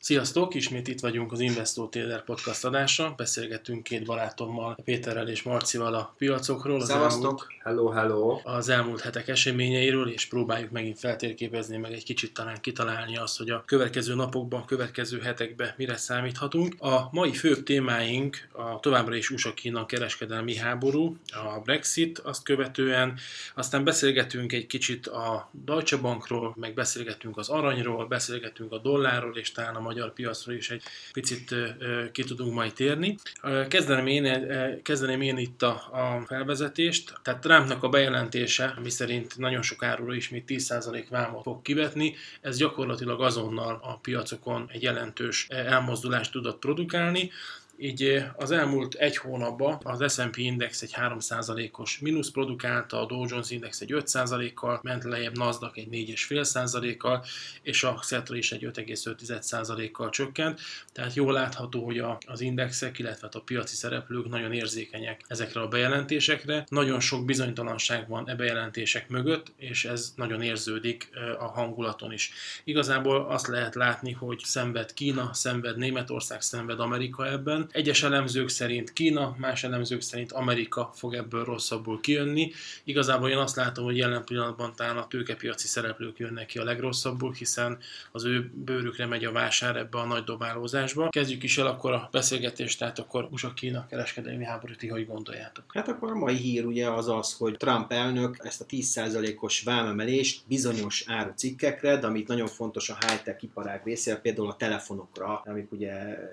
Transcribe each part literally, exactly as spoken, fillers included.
Sziasztok! Ismét itt vagyunk az Investor Trader podcast adásra. Beszélgettünk két barátommal, Péterrel és Marcival a piacokról. Az elmúlt, hello, hello! Az elmúlt hetek eseményeiről, és próbáljuk megint feltérképezni, meg egy kicsit talán kitalálni azt, hogy a következő napokban, következő hetekben mire számíthatunk. A mai főbb témáink a továbbra is u es á-Kína kereskedelmi háború, a Brexit, azt követően aztán beszélgetünk egy kicsit a Deutsche Bankról, meg beszélgetünk az aranyról, beszélgetünk a dollárról, és talán a magyar piacról is egy picit ki tudunk majd térni. Kezdeném én, kezdeném én itt a, a felvezetést. Tehát Trumpnak a bejelentése, ami szerint nagyon sok áruról ismét tíz százalék vámot fog kivetni, ez gyakorlatilag azonnal a piacokon egy jelentős elmozdulást tudott produkálni. Így az elmúlt egy hónapban az es and pé Index egy három százalékos mínusz produkálta, a Dow Jones Index egy öt százalékkal ment lejjebb, Nasdaq egy négy egész öt százalékkal, és a Xetra is egy öt egész öt százalékkal csökkent. Tehát jól látható, hogy az indexek, illetve a piaci szereplők nagyon érzékenyek ezekre a bejelentésekre. Nagyon sok bizonytalanság van e bejelentések mögött, és ez nagyon érződik a hangulaton is. Igazából azt lehet látni, hogy szenved Kína, szenved Németország, szenved Amerika ebben. Egyes elemzők szerint Kína, más elemzők szerint Amerika fog ebből rosszabbul kijönni. Igazából én azt látom, hogy jelen pillanatban talán a tőkepiaci szereplők jönnek ki a legrosszabbul, hiszen az ő bőrükre megy a vásár ebbe a nagy dobálózásba. Kezdjük is el akkor a beszélgetést, tehát akkor u es á-Kína kereskedelmi háborút, ti hogy gondoljátok? Hát akkor a mai hír ugye az az, hogy Trump elnök ezt a tíz százalékos vámemelést bizonyos árucikkekre, de amit nagyon fontos a high-tech iparág részére, például a telefonokra, amik ugye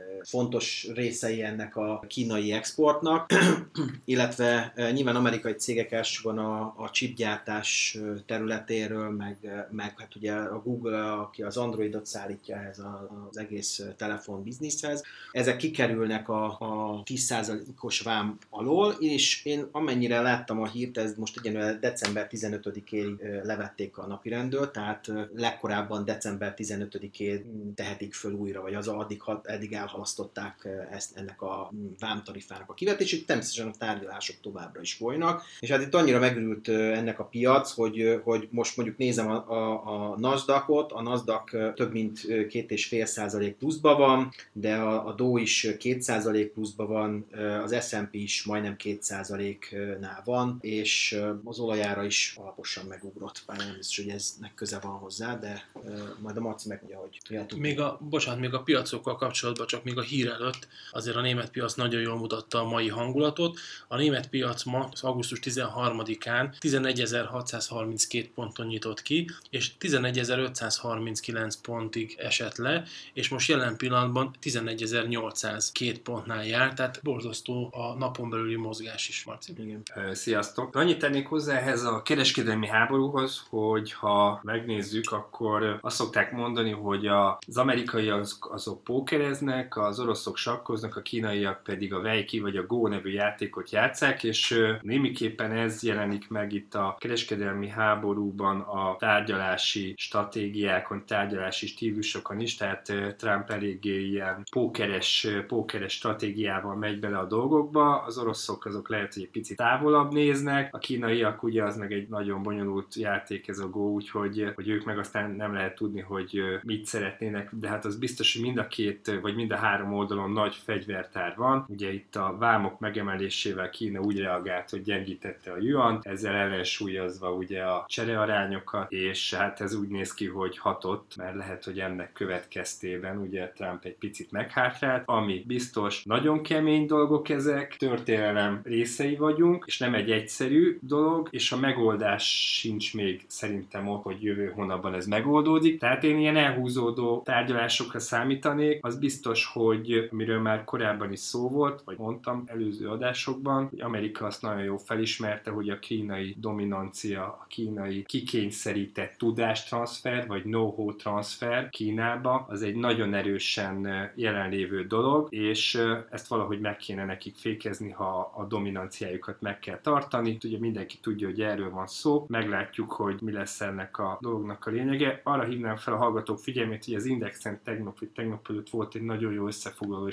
fontos része ennek a kínai exportnak, illetve nyilván amerikai cégek elsősorban a, a chipgyártás területéről, meg, meg hát ugye a Google, aki az Androidot szállítja ehhez az egész telefon bizniszhez, ezek kikerülnek a, a tíz százalékos vám alól, és én amennyire láttam a hírt, ez most egyenlően december tizenötödikéig levették a napirendről, tehát legkorábban december tizenötödikén tehetik föl újra, vagy az addig, eddig elhalasztották ezt ennek a vámtarifának a kivetését, természetesen a tárgyalások továbbra is folynak, és hát itt annyira megörült ennek a piac, hogy, hogy most mondjuk nézem a, a, a Nasdaqot, a Nasdaq több mint két egész öt százalék pluszban van, de a, a Dow is két százalék pluszban van, az es and pé is majdnem két százaléknál van, és az olajára is alaposan megugrott, bár nem biztos, hogy eznek köze van hozzá, de majd a Marci megmondja, hogy tudjátok. Még a, bocsánat, még a piacokkal kapcsolatban, csak még a hír előtt, azért a német piac nagyon jól mutatta a mai hangulatot. A német piac ma, az augusztus tizenharmadikán tizenegyezer-hatszázharminckét ponton nyitott ki, és tizenegyezer-ötszázharminckilenc pontig esett le, és most jelen pillanatban tizenegyezer-nyolcszáz két pontnál jár, tehát borzasztó a napon belüli mozgás is, Marci. Igen. Sziasztok! Annyit tennék hozzá ehhez a kereskedelmi háborúhoz, hogy ha megnézzük, akkor azt szokták mondani, hogy az amerikaiak azok pókereznek, az oroszok sakkoznak, a kínaiak pedig a Weiqi vagy a Go nevű játékot játsszák, és némiképpen ez jelenik meg itt a kereskedelmi háborúban a tárgyalási stratégiákon, tárgyalási stílusokon is, tehát Trump eléggé ilyen pókeres, pókeres stratégiával megy bele a dolgokba, az oroszok azok lehet, hogy egy picit távolabb néznek, a kínaiak ugye az meg egy nagyon bonyolult játék ez a Go, úgyhogy hogy ők meg aztán nem lehet tudni, hogy mit szeretnének, de hát az biztos, hogy mind a két, vagy mind a három oldalon nagy fegyvertár van. Ugye itt a vámok megemelésével Kína úgy reagált, hogy gyengítette a yuant, ezzel ellensúlyozva ugye a cserearányokat, és hát ez úgy néz ki, hogy hatott, mert lehet, hogy ennek következtében ugye Trump egy picit meghátrált, ami biztos, nagyon kemény dolgok ezek, történelem részei vagyunk, és nem egy egyszerű dolog, és a megoldás sincs még szerintem ott, hogy jövő hónapban ez megoldódik. Tehát én ilyen elhúzódó tárgyalásokra számítanék, az biztos, hogy amiről már korábban is szó volt, vagy mondtam előző adásokban, hogy Amerika azt nagyon jól felismerte, hogy a kínai dominancia, a kínai kikényszerített tudástranszfer, vagy know-how transfer Kínába, az egy nagyon erősen jelenlévő dolog, és ezt valahogy meg kéne nekik fékezni, ha a dominanciájukat meg kell tartani. Ugye mindenki tudja, hogy erről van szó, meglátjuk, hogy mi lesz ennek a dolognak a lényege. Arra hívnám fel a hallgatók figyelmét, hogy az Indexen tegnap vagy tegnap előtt volt egy nagyon jó összefoglaló és nagyon hosszú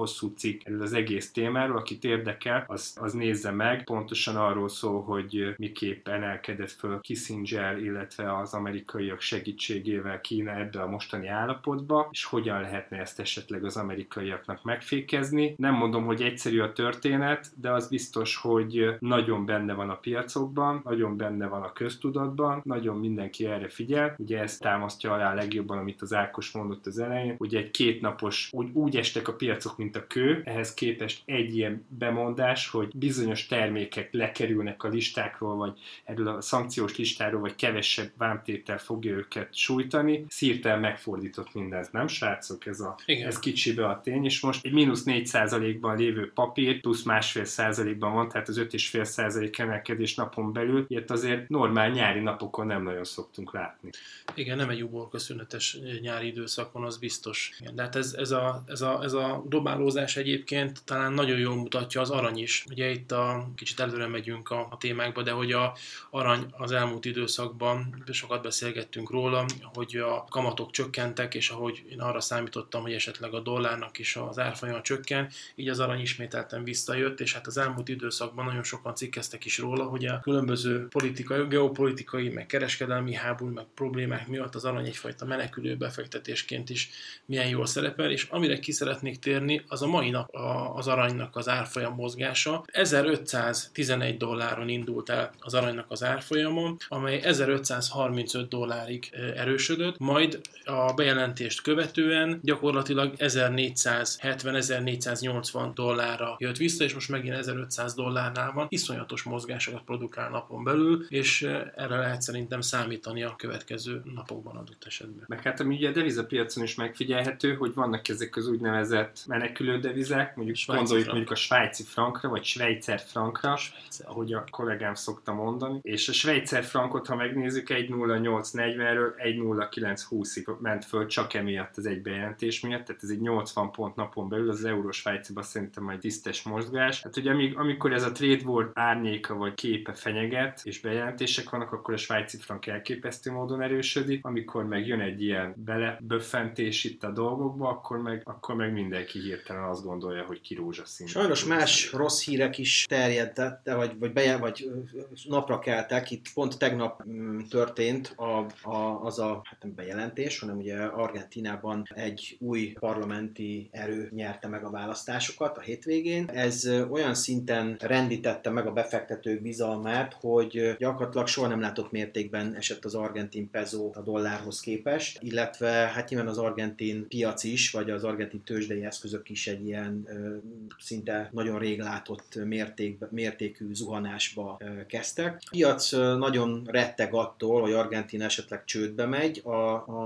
hosszú cikk erről az egész témáról, akit érdekel, az, az nézze meg. Pontosan arról szól, hogy miképp emelkedett föl Kissinger, illetve az amerikaiak segítségével Kína ebbe a mostani állapotba, és hogyan lehetne ezt esetleg az amerikaiaknak megfékezni. Nem mondom, hogy egyszerű a történet, de az biztos, hogy nagyon benne van a piacokban, nagyon benne van a köztudatban, nagyon mindenki erre figyel. Ugye ezt támasztja alá legjobban, amit az Ákos mondott az elején, ugye egy kétnapos, úgy, úgy estek a piacok, mint a kő, ehhez képest egy ilyen bemondás, hogy bizonyos termékek lekerülnek a listákról, vagy erről a szankciós listáról, vagy kevesebb vámtétel fogja őket sújtani, szírtel megfordított mindent, nem srácok? Ez, a, ez kicsibe a tény, és most egy mínusz négy százalékban lévő papír, plusz másfél százalékban van, tehát az öt egész öt százalék emelkedés napon belül, ilyet azért normál nyári napokon nem nagyon szoktunk látni. Igen, nem egy uborkaszünetes nyári időszakon, az biztos. Igen, de hát ez, ez, a, ez, a, ez a dobálózás egyébként talán nagyon jól mutatja az arany is. Ugye itt a kicsit előre megyünk a, a témákba, de hogy a arany az elmúlt időszakban, sokat beszélgettünk róla, hogy a kamatok csökkentek, és ahogy én arra számítottam, hogy esetleg a dollárnak is az árfolyama csökken, így az arany ismételten visszajött, és hát az elmúlt időszakban nagyon sokan cikkeztek is róla, hogy a különböző politikai, geopolitikai, meg kereskedelmi háború, meg problémák miatt az arany egyfajta menekülő befektetésként is milyen jól szerepel, és amire ki szeretnék térni, az a mai nap az aranynak az árfolyam mozgása. ezerötszáztizenegy dolláron indult el az aranynak az árfolyama, amely ezerötszázharmincöt dollárig erősödött, majd a bejelentést követően gyakorlatilag ezernégyszázhetven-ezernégyszáznyolcvan dollárra jött vissza, és most megint ezerötszáz dollárnál van. Iszonyatos mozgásokat produkál napon belül, és erre lehet szerintem számítani a következő napokban adott esetben. Meg hát ami ugye a devizapiacon is megfigyelhető, hogy vannak ezek az úgynevezett menekülő devizák, mondjuk svájci gondoljuk frank. mondjuk a svájci frankra, vagy svejcer frankra, Svejcer. ahogy a kollégám szokta mondani, és a svejcer frankot, ha megnézzük, egy nulla nyolc negyvenről egy nulla kilenc húszig ment föl csak emiatt az egybejelentés miatt, tehát ez egy nyolcvan pont napon belül, az euró svájciban szerintem majd tisztes mozgás. Hát ugye amíg, amikor ez a trade war árnyéka vagy képe fenyeget, és bejelentések vannak, akkor a svájci frank elképesztő módon erősödik, amikor meg jön egy ilyen beleböffentés itt a dolgokba, akkor meg, akkor meg mindenki hirtelen azt gondolja, hogy ki rózsaszín. Sajnos más rossz hírek is terjedtek, vagy, vagy, beje, vagy napra keltek. Itt pont tegnap történt a, a, az a hát nem bejelentés, hanem ugye Argentínában egy új parlamenti erő nyerte meg a választásokat a hétvégén. Ez olyan szinten rendítette meg a befektetők bizalmát, hogy gyakorlatilag soha nem látott mértékben esett az argentin peso a dollárhoz képest, illetve hát nyilván az argentin piac is, vagy az argentin tőzsdei eszközök is egy ilyen ö, szinte nagyon rég látott mérték, mértékű zuhanásba ö, kezdtek. A piac ö, nagyon retteg attól, hogy Argentína esetleg csődbe megy. A,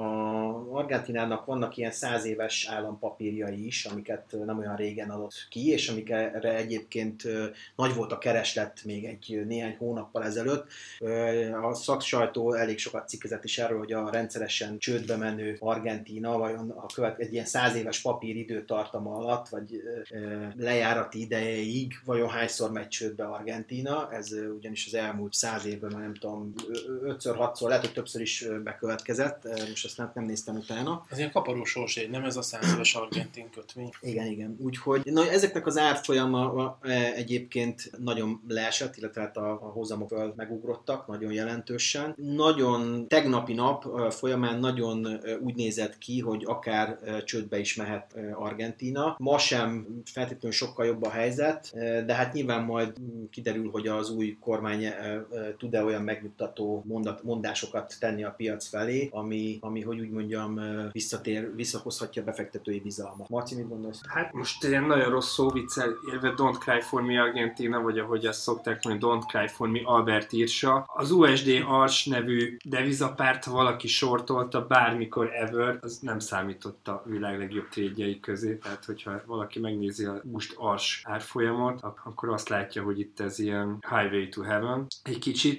a Argentinának vannak ilyen száz éves állampapírjai is, amiket nem olyan régen adott ki, és amikre egyébként ö, nagy volt a kereslet még egy néhány hónappal ezelőtt. Ö, a szaksajtó elég sokat cikkezett is erről, hogy a rendszeresen csődbe menő Argentína vajon a követ, egy ilyen száz éves papír időtartama alatt, vagy ö, lejárati idejeig vajon hányszor megy csődbe Argentína. Ez ö, ugyanis az elmúlt száz évben már nem tudom, ötször, hatszor, lehet, hogy többször is bekövetkezett, most ezt nem, nem néztem utána. Ez ilyen kaparó sorségy, nem ez a száz éves argentin kötvény? Igen, igen. Úgyhogy na, ezeknek az árfolyama egyébként nagyon leesett, illetve hát a, a hozamok megugrottak nagyon jelentősen. Nagyon tegnapi nap folyamán nagyon úgy nézett ki, hogy akár csődbe is mehet Argentína. Ma sem feltétlenül sokkal jobb a helyzet, de hát nyilván majd kiderül, hogy az új kormány tud-e olyan megnyugtató mondat, mondásokat tenni a piac felé, ami, ami hogy úgy mondjam, visszatér, visszahozhatja a befektetői bizalmat. Marci, mit gondolsz? Hát most ilyen nagyon rossz szóviccel érve Don't Cry for Me Argentina, vagy ahogy azt szokták mondani, Don't Cry for Me Albert írsa. Az u es dé Ars nevű devizapárt, ha valaki sortolta bármikor ever, az nem számított a világ legjobb trédjei közé, tehát hogyha valaki megnézi a most Ars árfolyamot, akkor azt látja, hogy itt ez ilyen Highway to Heaven egy kicsit.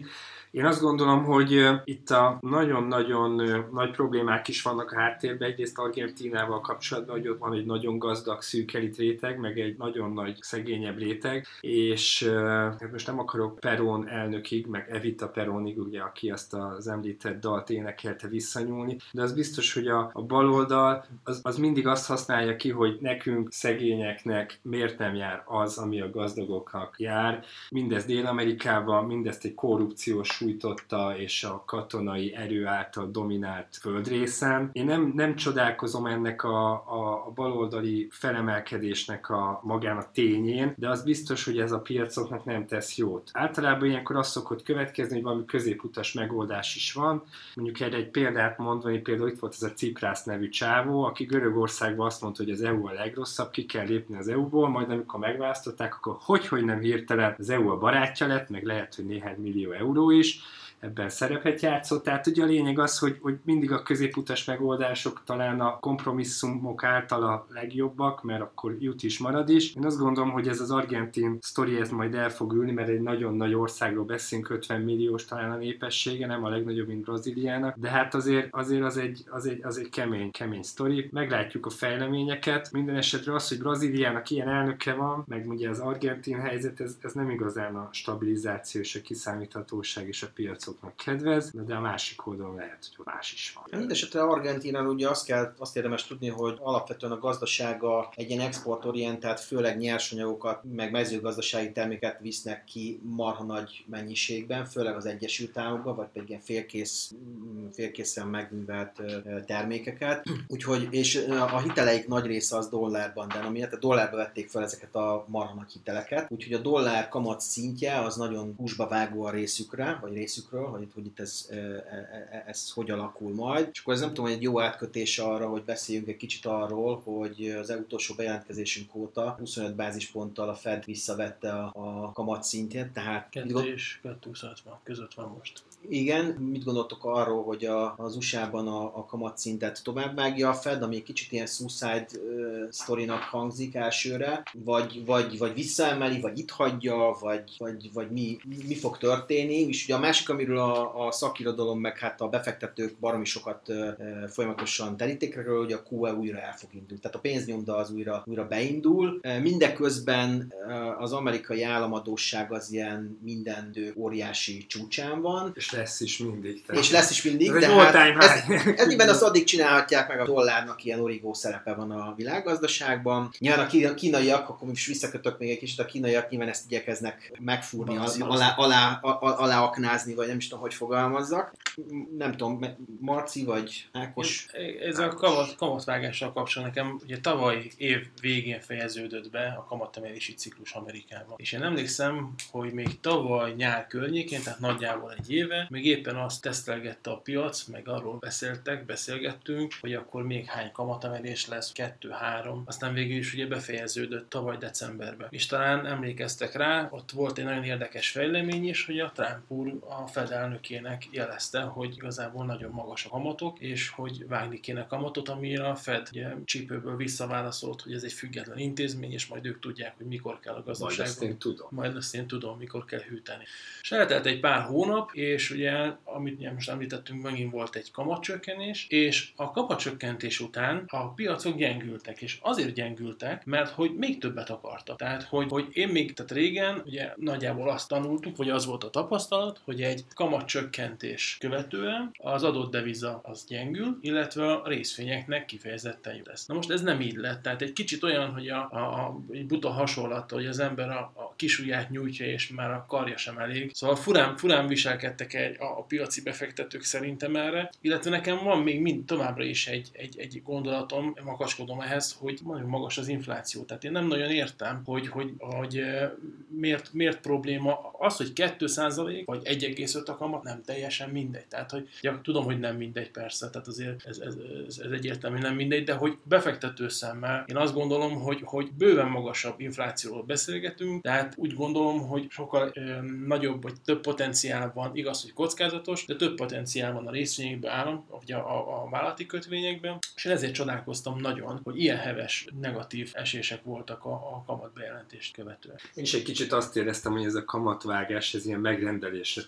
Én azt gondolom, hogy itt a nagyon-nagyon nagy problémák is vannak a háttérben. Egyrészt Argentínával kapcsolatban, hogy ott van egy nagyon gazdag szűk elit réteg, meg egy nagyon nagy szegényebb réteg, és hát most nem akarok Perón elnökig, meg Evita Perónig, ugye, aki azt az említett dalt énekelte visszanyúlni, de az biztos, hogy a, a baloldal az, az mindig azt használja ki, hogy nekünk szegényeknek miért nem jár az, ami a gazdagoknak jár. Mindez Dél-Amerikában, mindezt egy korrupció sújtotta, és a katonai erő által dominált földrészen. Én nem, nem csodálkozom ennek a, a, a baloldali felemelkedésnek a magának tényén, de az biztos, hogy ez a piacoknak nem tesz jót. Általában ilyenkor az szokott következni, hogy valami középutas megoldás is van. Mondjuk erre egy példát mondani, például itt volt ez a Ciprász nevű csávó, aki Görögországban azt mondta, hogy az é u a legrosszabb, ki kell lépni az é u-ból, majd amikor megválasztották, akkor hogy-hogy nem hirtelen az é u a barátja lett, meg lehet, hogy néhány millió euró is, ebben szerepet játszott. Tehát ugye a lényeg az, hogy, hogy mindig a középutas megoldások talán a kompromisszumok által a legjobbak, mert akkor jut is, marad is. Én azt gondolom, hogy ez az argentin sztori ez majd el fog ülni, mert egy nagyon nagy országról beszélünk, ötven milliós talán a népessége, nem a legnagyobb, mint Brazíliának, de hát azért, azért az, egy, az, egy, az egy kemény, kemény sztori. Meglátjuk a fejleményeket. Minden esetre az, hogy Brazíliának ilyen elnöke van, meg ugye az argentin helyzet, ez, ez nem igazán a stabilizáció és a kiszámíthatóság és a piacok kedvez, de a másik oldalon lehet, hogy más is van. Mindenesetre Argentínán ugye azt kell, azt érdemes tudni, hogy alapvetően a gazdasága egy ilyen exportorientált, főleg nyersanyagokat, meg mezőgazdasági terméket visznek ki marha nagy mennyiségben, főleg az Egyesült Államokban, vagy pedig ilyen félkész, félkészen megművelt termékeket. Úgyhogy, és a hiteleik nagy része az dollárban, de amiért a dollárba vették fel ezeket a marha nagy hiteleket. Úgyhogy a dollár kamat szintje az nagyon húsba vágó a részükre, vagy részükről, hogy, hogy itt ez, ez, ez hogy alakul majd. És akkor ez nem tudom, hogy egy jó átkötés arra, hogy beszéljünk egy kicsit arról, hogy az utolsó bejelentkezésünk óta huszonöt bázisponttal a Fed visszavette a, a kamat szintjét, tehát... kettő és kettőszázötven között van most. Igen, mit gondoltok arról, hogy a, az u es á-ban a, a kamatszintet továbbvágja a Fed, ami egy kicsit ilyen suicide uh, sztorinak hangzik elsőre, vagy, vagy, vagy visszaemeli, vagy itt hagyja, vagy, vagy, vagy mi, mi fog történni. És ugye a másik, amiről a, a szakirodalom, meg hát a befektetők baromi sokat uh, folyamatosan terítékről, hogy a kú é újra el fog indulni. Tehát a pénznyomda az újra, újra beindul. Uh, mindeközben uh, az amerikai államadósság az ilyen mindendő óriási csúcsán van. És lesz is mindig. Tehát. És lesz is mindig, ez de hát ez, ezben azt addig csinálhatják meg, a dollárnak ilyen origó szerepe van a világgazdaságban. Nyilván a kínaiak, akkor is visszakötök még egy kicsit, a kínaiak nyilván ezt igyekeznek megfúrni, alá, alá, alá aknázni, vagy nem is tudom, hogy fogalmazzak. Nem tudom, Marci vagy Ákos? Ez a kamat, kamatvágással kapcsolatban nekem ugye tavaly év végén fejeződött be a kamatemelési ciklus Amerikában. És én emlékszem, hogy még tavaly nyár környékén, tehát nagyjából egy éve, még éppen azt tesztelgette a piac, meg arról beszéltek, beszélgettünk, hogy akkor még hány kamatemelés lesz, kettő-három. Aztán végül is ugye befejeződött tavaly decemberben. És talán emlékeztek rá, ott volt egy nagyon érdekes fejlemény is, hogy a Trump úr a Fed elnökének jelezte, hogy igazából nagyon magas a kamatok, és hogy vágni kéne kamatot, amire a Fed ugye csípőből visszaválaszolt, hogy ez egy független intézmény, és majd ők tudják, hogy mikor kell a gazdaságban. Majd azt én tudom. Majd azt én tudom, mikor kell hűteni. És eltelt egy pár hónap, és ugye, amit ugye most említettünk, megint volt egy kamatcsökkenés, és a kamatcsökkentés után a piacok gyengültek, és azért gyengültek, mert hogy még többet akartak. Tehát, hogy, hogy én még, tehát régen ugye nagyjából azt tanultuk, vagy az volt a tapasztalat, hogy egy kamatcsökkentés követően az adott deviza az gyengül, illetve a részvényeknek kifejezetten jut lesz. Na most ez nem így lett, tehát egy kicsit olyan, hogy a, a, a egy buta hasonlat, hogy az ember a, a kisujját nyújtja, és már a karja sem elég. Szóval furán, furán viselkedtek egy, a, a piaci befektetők szerintem erre, illetve nekem van még mind továbbra is egy, egy, egy gondolatom, makacskodom ehhez, hogy nagyon magas az infláció. Tehát én nem nagyon értem, hogy, hogy, hogy miért, miért probléma az, hogy kettő százalék vagy egy egész öt a kamat, nem teljesen mindegy. Tehát, hogy ja, tudom, hogy nem mindegy persze, tehát azért ez, ez, ez, ez egyértelmű nem mindegy, de hogy befektető szemmel én azt gondolom, hogy, hogy bőven magasabb inflációról beszélgetünk, tehát úgy gondolom, hogy sokkal ö, nagyobb vagy több potenciál van, igaz, hogy kockázatos, de több potenciál van a részvényekben, állam, vagy a, a, a vállalati kötvényekben, és én ezért csodálkoztam nagyon, hogy ilyen heves negatív esések voltak a, a kamatbejelentést követően. Én is egy kicsit azt éreztem, hogy ez a kamatvágás, ez ilyen megrendelésre történik.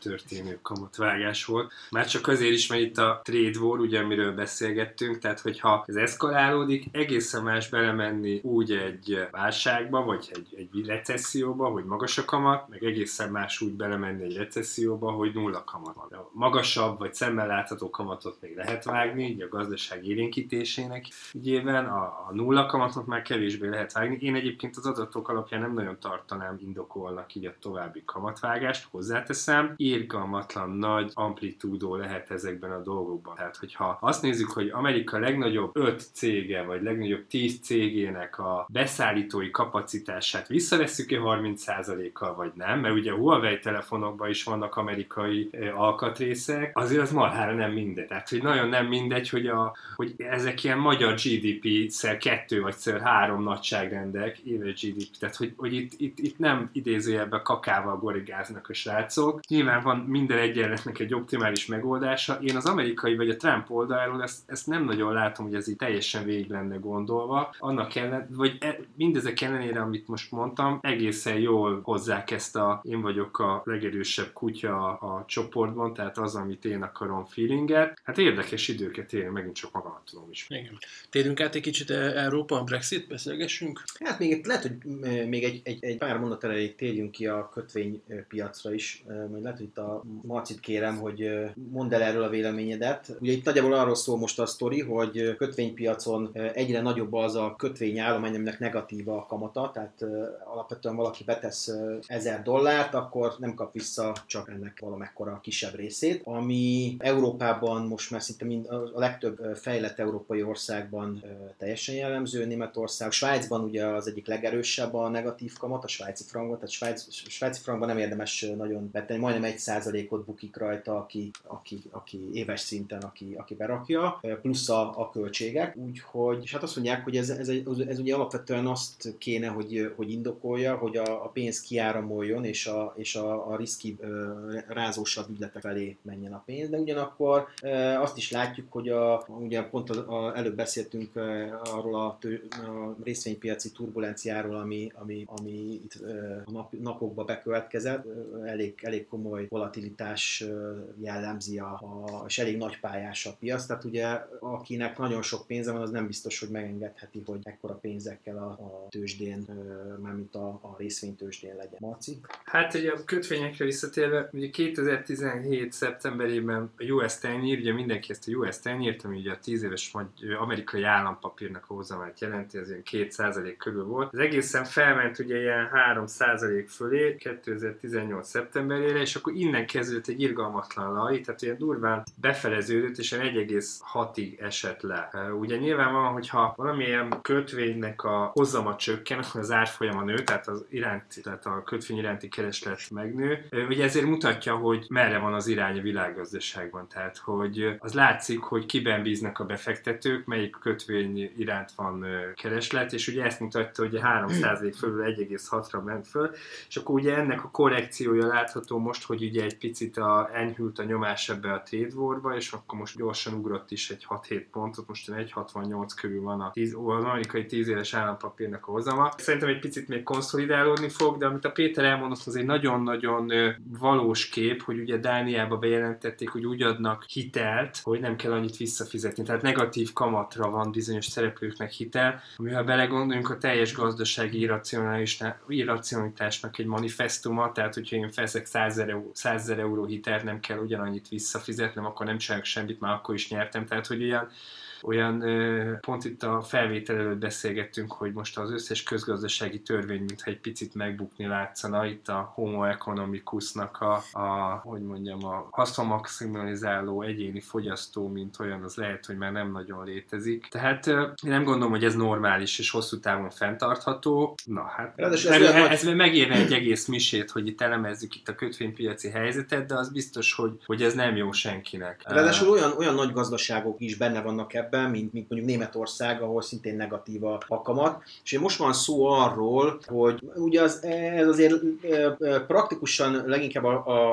történő kamatvágás volt. Már csak azért is, mert itt a trade war, ugye, amiről beszélgettünk, tehát hogyha ez eszkalálódik, egészen más belemenni úgy egy válságba, vagy egy, egy recesszióba, hogy magas a kamat, meg egészen más úgy belemenni egy recesszióba, hogy nulla kamat van. A magasabb, vagy szemmel látható kamatot még lehet vágni, így a gazdaság élénkítésének ügyében, a, a nulla kamatot már kevésbé lehet vágni. Én egyébként az adatok alapján nem nagyon tartanám indokolnak így a további kamatvágást, hozzáteszem, irgalmatlan nagy amplitúdó lehet ezekben a dolgokban. Tehát, hogyha azt nézzük, hogy Amerika legnagyobb öt cége, vagy legnagyobb tíz cégének a beszállítói kapacitását visszavesszük-e harminc százalékkal, vagy nem, mert ugye a Huawei telefonokban is vannak amerikai eh, alkatrészek, azért az marhára nem mindegy. Tehát, hogy nagyon nem mindegy, hogy, a, hogy ezek ilyen magyar gé dé pé-szer kettő vagy szer három nagyságrendek, éves gé dé pé, tehát, hogy, hogy itt, itt, itt nem idézőjelben kakával gorigáznak a srácok. Nyilván van minden egyenletnek egy optimális megoldása. Én az amerikai vagy a Trump oldalról ezt, ezt nem nagyon látom, hogy ez így teljesen végig lenne gondolva. Annak ellen, vagy e, mindezek ellenére, amit most mondtam, egészen jól hozzák ezt a én vagyok a legerősebb kutya a, a csoportban, tehát az, amit én akarom feelinget. Hát érdekes időket élni, megint csak magamat tudom is. Igen. Térjünk át egy kicsit Európa, a Brexit, beszélgessünk? Hát még lehet, hogy még egy, egy, egy pár mondat elejéig térjünk ki a kötvénypiacra is. Majd lehet, hogy itt a Marcit kérem, hogy mondd el erről a véleményedet. Ugye itt nagyjából arról szól most a sztori, hogy kötvénypiacon egyre nagyobb az a kötvényállomány, aminek negatív a kamata, tehát alapvetően valaki betesz ezer dollárt, akkor nem kap vissza csak ennek valamekkora kisebb részét, ami Európában most már szinte mind, a legtöbb fejlett európai országban teljesen jellemző, Németország, Svájcban ugye az egyik legerősebb a negatív kamat, a svájci frankban, tehát Svájc, svájci frankban nem érdemes nagyon betenni, majdnem egy százalékot bukik rajta, aki, aki, aki éves szinten, aki, aki berakja, plusz a, a költségek, úgyhogy, és hát azt mondják, hogy ez, ez, ez ugye alapvetően azt kéne, hogy, hogy indokolja, hogy a, a pénz kiáramoljon, és a, és a, a riszki rázósabb ügyletek felé menjen a pénz, de ugyanakkor azt is látjuk, hogy a, ugye pont az, a, előbb beszéltünk arról a, tő, a részvénypiaci turbulenciáról, ami, ami, ami itt a nap, napokban bekövetkezett, elég, elég komoly volatilitás jellemzi a, a, és elég nagy pályás a piac, tehát ugye akinek nagyon sok pénze van, az nem biztos, hogy megengedheti, hogy ekkora pénzekkel a, a tőzsdén, mármint a, a részvénytőzsdén legyen. Marci? Hát ugye a kötvényekre visszatérve, ugye kétezer-tizenhét szeptemberében a U S tíz, ugye mindenki ezt a U S tíz, ami ugye a tíz éves amerikai állampapírnak a hozamát jelenti, ez ilyen két százalék körül volt. Az egészen felment ugye ilyen három százalék fölé kétezer-tizennyolc szeptemberére, és akkor innen kezdődött egy irgalmatlan laj, tehát ilyen durván befeleződött, és egy egész hatig esett le. Ugye nyilvánvalóan, hogyha valamilyen kötvénynek a hozama csökken, akkor az árfolyama nő, tehát az iránt, tehát a kötvény iránti kereslet megnő. Ugye ezért mutatja, hogy merre van az irány a világgazdaságban, tehát hogy az látszik, hogy kiben bíznak a befektetők, melyik kötvény iránt van kereslet, és ugye ezt mutatta, hogy három százalék fölül egy egész hatra ment föl, és akkor ugye ennek a korrekciója látható most, hogy ugye egy picit a, enyhült a nyomás ebbe a trade warba, és akkor most gyorsan ugrott is egy hat-hét pontot, most egy hatvannyolc körül van a tíz, az amerikai tíz éves állampapírnak a hozama. Szerintem egy picit még konszolidálódni fog, de amit a Péter elmondott, az egy nagyon-nagyon valós kép, hogy ugye Dániába bejelentették, hogy úgy adnak hitelt, hogy nem kell annyit visszafizetni. Tehát negatív kamatra van bizonyos szereplőknek hitel, ami ha belegondoljunk, a teljes gazdasági irracionalitásnak egy manifestuma, tehát hogyha én feszek százezer euró hitelt, nem kell ugyanannyit visszafizetnem, akkor nem csinálok semmit, már akkor is nyertem. Tehát, hogy olyan olyan, pont itt a felvétel előtt beszélgettünk, hogy most az összes közgazdasági törvény, mintha egy picit megbukni látszana, itt a homo economicusnak a, a hogy mondjam, a haszonmaximalizáló egyéni fogyasztó, mint olyan, az lehet, hogy már nem nagyon létezik. Tehát én nem gondolom, hogy ez normális és hosszú távon fenntartható. Na hát, ez, ez, ez megérne egy egész misét, hogy itt elemezzük itt a kötvénypiaci helyzetet, de az biztos, hogy, hogy ez nem jó senkinek. Ráadásul olyan, olyan nagy gazdaságok is benne vannak ebben, ebben, mint, mint mondjuk Németország, ahol szintén negatív a, a kamat. És most van szó arról, hogy ugye az, ez azért praktikusan leginkább a, a,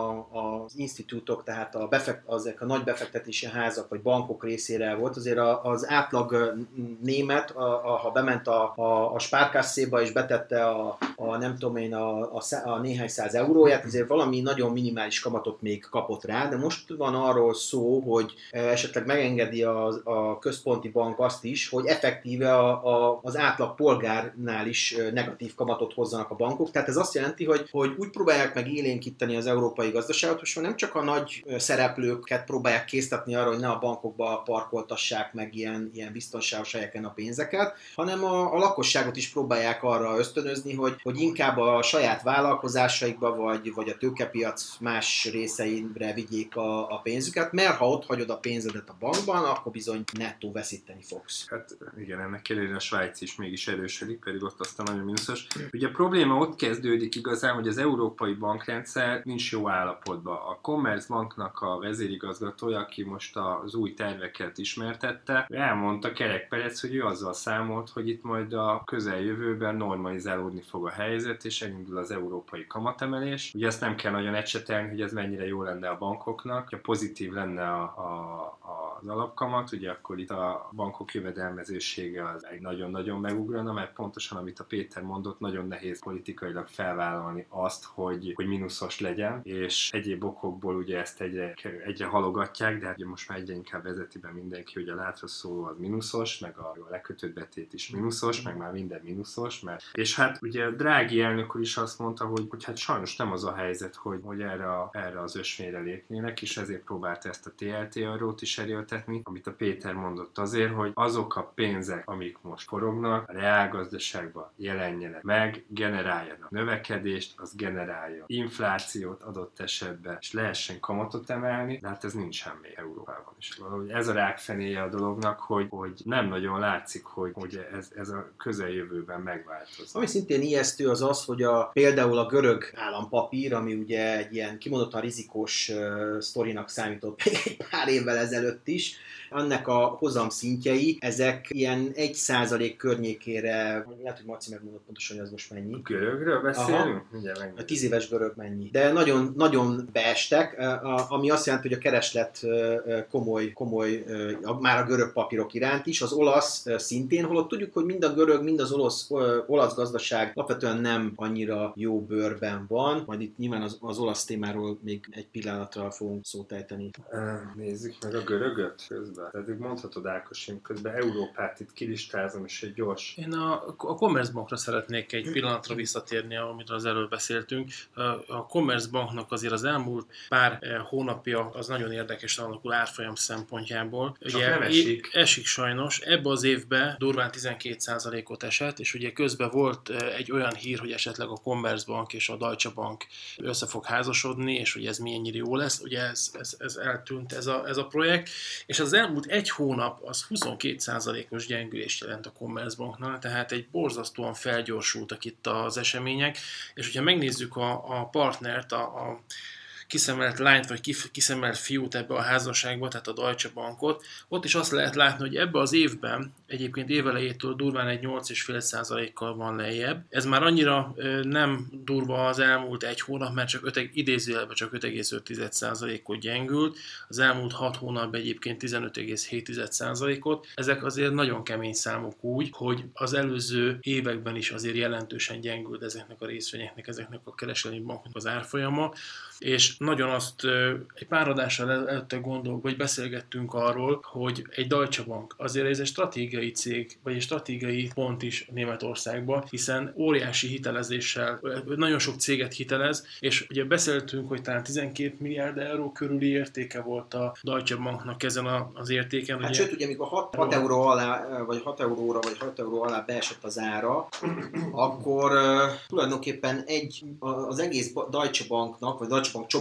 a, az institútok, tehát a befekt, azok a nagy befektetési házak vagy bankok részére volt. Azért az átlag német, a, a, ha bement a, a, a spárkasszéba és betette a, a nem tudom én a, a, a néhány száz euróját, azért valami nagyon minimális kamatot még kapott rá, de most van arról szó, hogy esetleg megengedi a, a központi bank azt is, hogy effektíve a, a, az átlag polgárnál is negatív kamatot hozzanak a bankok. Tehát ez azt jelenti, hogy, hogy úgy próbálják meg élénkíteni az európai gazdaságot, hogy nem csak a nagy szereplőket próbálják késztetni arra, hogy ne a bankokba parkoltassák meg ilyen, ilyen biztonságos helyeken a pénzeket, hanem a, a lakosságot is próbálják arra ösztönözni, hogy, hogy inkább a saját vállalkozásaikba vagy, vagy a tőkepiac más részeire vigyék a, a pénzüket, mert ha ott hagyod a pénzedet a bankban, akkor bizony nettó veszíteni fogsz. Hát igen, ennek ellenére a Svájc is mégis erősödik, pedig ott aztán nagyon mínuszos. Ugye a probléma ott kezdődik igazán, hogy az európai bankrendszer nincs jó állapotban. A Commerzbanknak a vezérigazgatója, aki most az új terveket ismertette, elmondta Kerek Perec, hogy ő azzal számolt, hogy itt majd a közeljövőben normalizálódni fog a helyzet, és elindul az európai kamatemelés. Ugye ezt nem kell nagyon ecsetelni, hogy ez mennyire jó lenne a bankoknak, ha pozitív lenne a, a, az alapkamat, ugye akkor itt a bankok jövedelmezősége az egy nagyon-nagyon megugrana, mert pontosan amit a Péter mondott, nagyon nehéz politikailag felvállalni azt, hogy, hogy mínuszos legyen, és egyéb okokból ugye ezt egyre, egyre halogatják, de hát ugye most már egyre inkább vezeti be mindenki, hogy a látra szóló az mínuszos, meg a lekötött betét is mínuszos, meg már minden mínuszos, mert... És hát ugye Drági elnök úr is azt mondta, hogy, hogy hát sajnos nem az a helyzet, hogy, hogy erre, a, erre az ösvényre lépnének, és ezért próbálta ezt a té el té arról is erőltetni, amit a Péter mondott azért, hogy azok a pénzek, amik most forognak, a reálgazdaságban jelenjenek meg, generáljanak növekedést, az generálja inflációt adott esetben, és lehessen kamatot emelni, de hát ez nincsen még Európában is. Valahogy ez a rákfenéje a dolognak, hogy, hogy nem nagyon látszik, hogy, hogy ez, ez a közeljövőben megváltozik. Ami szintén ijesztő az az, hogy a, például a görög állampapír, ami ugye egy ilyen kimondottan rizikós uh, sztorinak számított egy pár évvel ezelőtt is, annak a hozam szintjei, ezek ilyen egy százalék környékére, lehet, hogy Marci megmondott pontosan, hogy az most mennyi. Görögről beszélünk? A tíz éves görög mennyi. De nagyon, nagyon beestek, ami azt jelenti, hogy a kereslet komoly, komoly már a görög papírok iránt is, az olasz szintén, holott tudjuk, hogy mind a görög, mind az olasz, olasz gazdaság alapvetően nem annyira jó bőrben van, majd itt nyilván az, az olasz témáról még egy pillanatra fogunk szót ejteni. Nézzük meg a görögöt közben. Tehát mondhatod, Ákos, én közben Európát itt kilistázom, és egy gyors... Én a, a Commerzbankra szeretnék egy pillanatra visszatérni, amit az előbb beszéltünk. A Commerzbanknak azért az elmúlt pár hónapja az nagyon érdekes alakul árfolyam szempontjából. Csak ugye nem esik. Esik sajnos. Ebbe az évben durván tizenkét százalékot esett, és ugye közben volt egy olyan hír, hogy esetleg a Commerzbank és a Deutsche Bank össze fog házasodni, és hogy ez milyennyire jó lesz. Ugye ez, ez, ez eltűnt ez a, ez a projekt, és az elmúlt egy hónap az huszonkét százalékos gyengülést jelent a Commerzbanknál, tehát egy borzasztóan felgyorsultak itt az események, és hogyha megnézzük a, a partnert, a, a kiszemelt lányt vagy kiszemelt fiút ebbe a házasságba, tehát a Deutsche Bankot, ott is azt lehet látni, hogy ebbe az évben, egyébként évelejétől durván egy nyolc egész öt százalékkal van lejjebb. Ez már annyira nem durva az elmúlt egy hónap, mert csak öt, idézőjelben csak öt egész öt százalékot gyengült, az elmúlt hat hónapban egyébként tizenöt egész hét százalékot. Ezek azért nagyon kemény számok úgy, hogy az előző években is azért jelentősen gyengült ezeknek a részvényeknek, ezeknek a kereskedelmi bankoknak az árfolyama, és nagyon azt egy pár adással előtte gondolok, vagy beszélgettünk arról, hogy egy Deutsche Bank azért ez egy stratégiai cég, vagy egy stratégiai pont is Németországban, hiszen óriási hitelezéssel, nagyon sok céget hitelez, és ugye beszéltünk, hogy talán tizenkét milliárd euró körüli értéke volt a Deutsche Banknak ezen az értéken. Hát ugye, sőt, ugye amikor hat euró alá, vagy hat euróra, vagy hat euró alá beesett az ára, akkor uh, tulajdonképpen egy, az egész Deutsche Banknak, vagy Deutsche Bank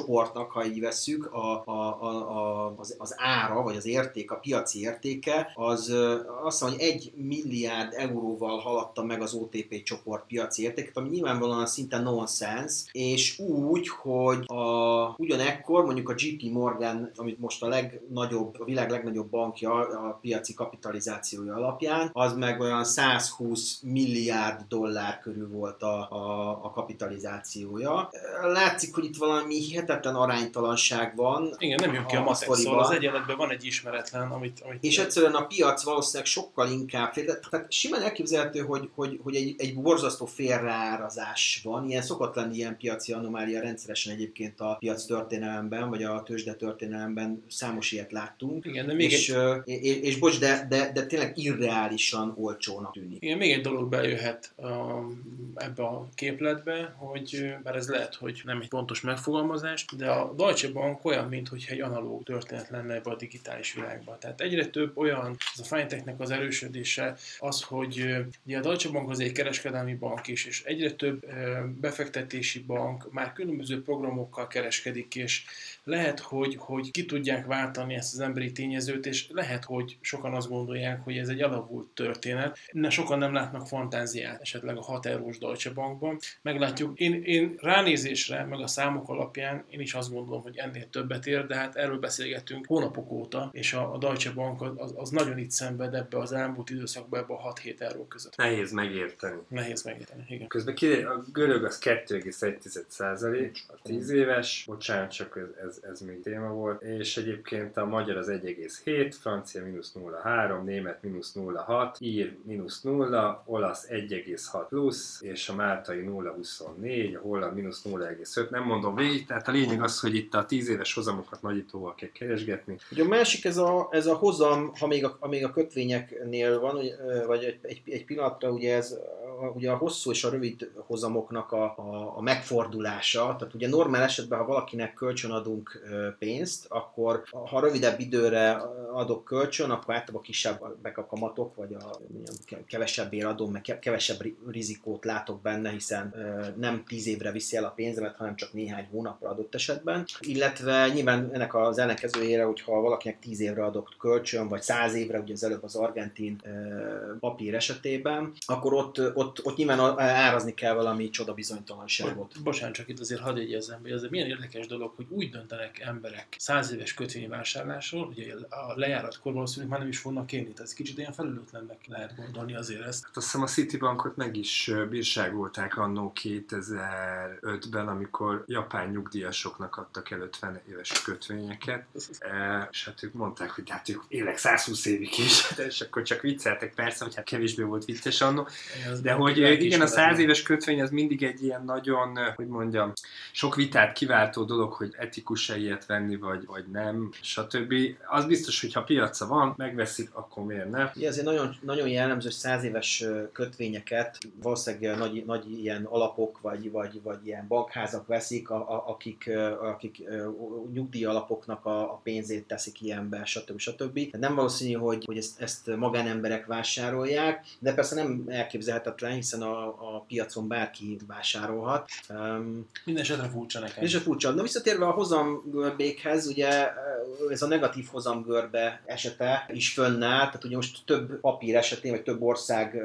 csoportnak, ha így vesszük, a, a, a, a, az, az ára, vagy az érték, a piaci értéke, az azt mondom, hogy egy milliárd euróval haladta meg az o té pé csoport piaci értéket, ami nyilvánvalóan szinte nonsens, és úgy, hogy a, ugyanekkor mondjuk a jé pé Morgan, amit most a legnagyobb, a világ legnagyobb bankja a piaci kapitalizációja alapján, az meg olyan százhúsz milliárd dollár körül volt a, a, a kapitalizációja. Látszik, hogy itt valami hihetetlen aránytalanság van. Igen, nem jön ki a, a matek, szóval az egyenletben van egy ismeretlen, amit... amit és egyszerűen a piac valószínűleg sokkal inkább, tehát simán elképzelhető, hogy, hogy, hogy egy, egy borzasztó félreárazás van. Ilyen szokott lenni ilyen piaci anomália rendszeresen egyébként a piac történelemben, vagy a tőzsde történelemben számos ilyet láttunk. Igen, de még és, egy... és, és bocs, de, de, de tényleg irreálisan olcsónak tűnik. Igen, még egy dolog bejöhet a, ebbe a képletbe, hogy bár ez lehet, hogy nem egy pontos megfogalmazás, de a Deutsche Bank olyan, mintha egy analóg történet lenne ebbe a digitális világban. Tehát egyre több olyan, ez a fintechnek az erősödése, az, hogy ugye a Deutsche Bank az egy kereskedelmi bank is, és egyre több befektetési bank már különböző programokkal kereskedik, és lehet, hogy, hogy ki tudják váltani ezt az emberi tényezőt, és lehet, hogy sokan azt gondolják, hogy ez egy elavult történet. Ne, sokan nem látnak fantáziát esetleg a hat eurós Deutsche Bankban. Meglátjuk. Én, én ránézésre, meg a számok alapján én is azt gondolom, hogy ennél többet ér, de hát erről beszélgetünk hónapok óta, és a, a Deutsche Bank az, az nagyon itt szenved ebbe az elmúlt időszakban, ebbe a hat-hét euró között. Nehéz megérteni. Nehéz megérteni, igen. Közben kiderül, a görög az kettő egész egy százalék, a tíz éves, bocsánat, csak ez, ez, ez még téma volt, és egyébként a magyar az egy egész hét, francia mínusz nulla egész három, német mínusz nulla egész hat, ír mínusz nulla, olasz egy egész hat plusz, és a máltai nulla egész huszonnégy, a holland mínusz nulla egész öt, nem mondom végig, tehát a lényeg az, hogy itt a tíz éves hozamokat nagyítóval kell keresgetni. Ugye a másik ez a, ez a hozam, ha még a, még a kötvényeknél van, vagy egy, egy, egy pillanatra ugye ez a, ugye a hosszú és a rövid hozamoknak a, a, a megfordulása, tehát ugye normál esetben, ha valakinek kölcsön adunk pénzt, akkor ha rövidebb időre adok kölcsön, akkor általában kisebbek a kamatok, vagy a kevesebbért adom, meg kevesebb rizikót látok benne, hiszen nem tíz évre viszi el a pénzemet, hanem csak néhány hónapra adott esetben. Illetve nyilván ennek az ellenkezőjére, hogyha valakinek tíz évre adok kölcsön, vagy száz évre, ugye az előbb az argentin papír esetében, akkor ott, ott, ott nyilván árazni kell valami csoda bizonytalanságot. Bocsánat, csak itt azért hadd jegyezzem, hogy ez milyen érdekes dolog, hogy úgy döntenek emberek száz éves kötvényvásárlásról, ugye a lejáratkor valószínűleg már nem is fognak kérni, tehát ez kicsit ilyen felelőtlennek lehet gondolni azért ezt. Hát azt hiszem a Citibankot meg is bírságolták annó kétezer-ötben, amikor japán nyugdíjasoknak adtak el ötven éves kötvényeket, e, és hát ők mondták, hogy hát ők élek százhúsz évig is, és akkor csak vicceltek persze, hogy hát kevésbé volt vicces annó, de hogy igen, a száz éves kötvény az mindig egy ilyen nagyon, hogy mondjam, sok vitát kiváltó dolog, hogy etikus-e ilyet venni, vagy, vagy nem, stb. Az biztos, hogy ha piaca van, megveszik, akkor miért ne? Ja, azért nagyon, nagyon jellemző száz éves kötvényeket valószínűleg nagy, nagy ilyen alapok, vagy, vagy, vagy ilyen bankházak veszik, a, a, akik, akik nyugdíj alapoknak a, a pénzét teszik ilyenbe, stb. stb. Nem valószínű, hogy, hogy ezt, ezt magánemberek vásárolják, de persze nem elképzelhetetlen, hiszen a, a piacon bárki vásárolhat. Um, Minden esetre furcsa nekem. Minden esetre furcsa. Na visszatérve a hozamgörbékhez, ugye ez a negatív hozamgörbe esete is fönnáll, tehát ugye most több papír esetén, vagy több ország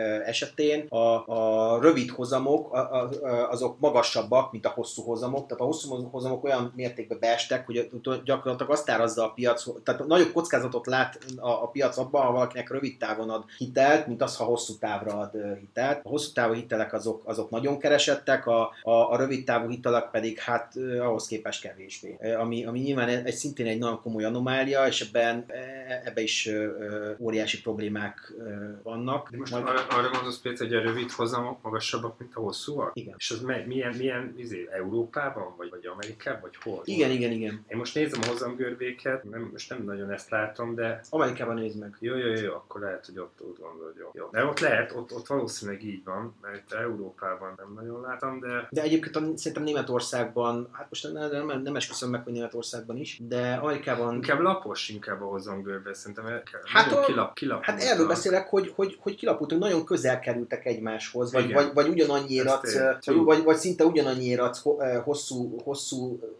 esetén a, a rövid hozamok azok magasabbak, mint a hosszú hozamok, tehát a hosszú hozamok olyan mértékben beestek, hogy gyakorlatilag azt árazza a piac, tehát nagyobb kockázatot lát a, a piac abban, ha valakinek rövid távon ad hitelt, mint az, ha hosszú távra ad hitelt. A hosszú távú hitelek azok, azok nagyon keresettek, a, a, a rövid távú hitelek pedig hát ahhoz képest kevésbé. Ami, ami nyilván egy, szintén egy nagyon komoly anomália, és ebben, ebben is óriási problémák vannak. De most Majd... arra, arra gondolsz például, hogy a rövid hozamok magasabbak, mint a hosszúak? Igen. És az me, milyen, milyen izé, Európában, vagy, vagy Amerikában, vagy hol? Igen, igen, igen. Én most nézem a hozamgörbéket, nem, most nem nagyon ezt látom, de... Amerikában nézd meg. Jó, jó, jó, akkor lehet, hogy ott úgy gondolod, jó. jó. De ott lehet, ott, ott valószínűleg így van, mert Európában nem nagyon látom, de... De egyébként a, szerintem Németországban, hát most nem, nem, nem esküszöm meg, hogy Németországban is, de Amerikában... Inkább lapos, inkább a hozamgörbe, szerintem hát, a, kilap, kilap hát erről beszélek, hogy, hogy, hogy kilapultunk, nagyon közel kerültek egymáshoz, vagy, vagy, vagy ugyanannyira, vagy, vagy szinte ugyanannyira hosszú, hosszú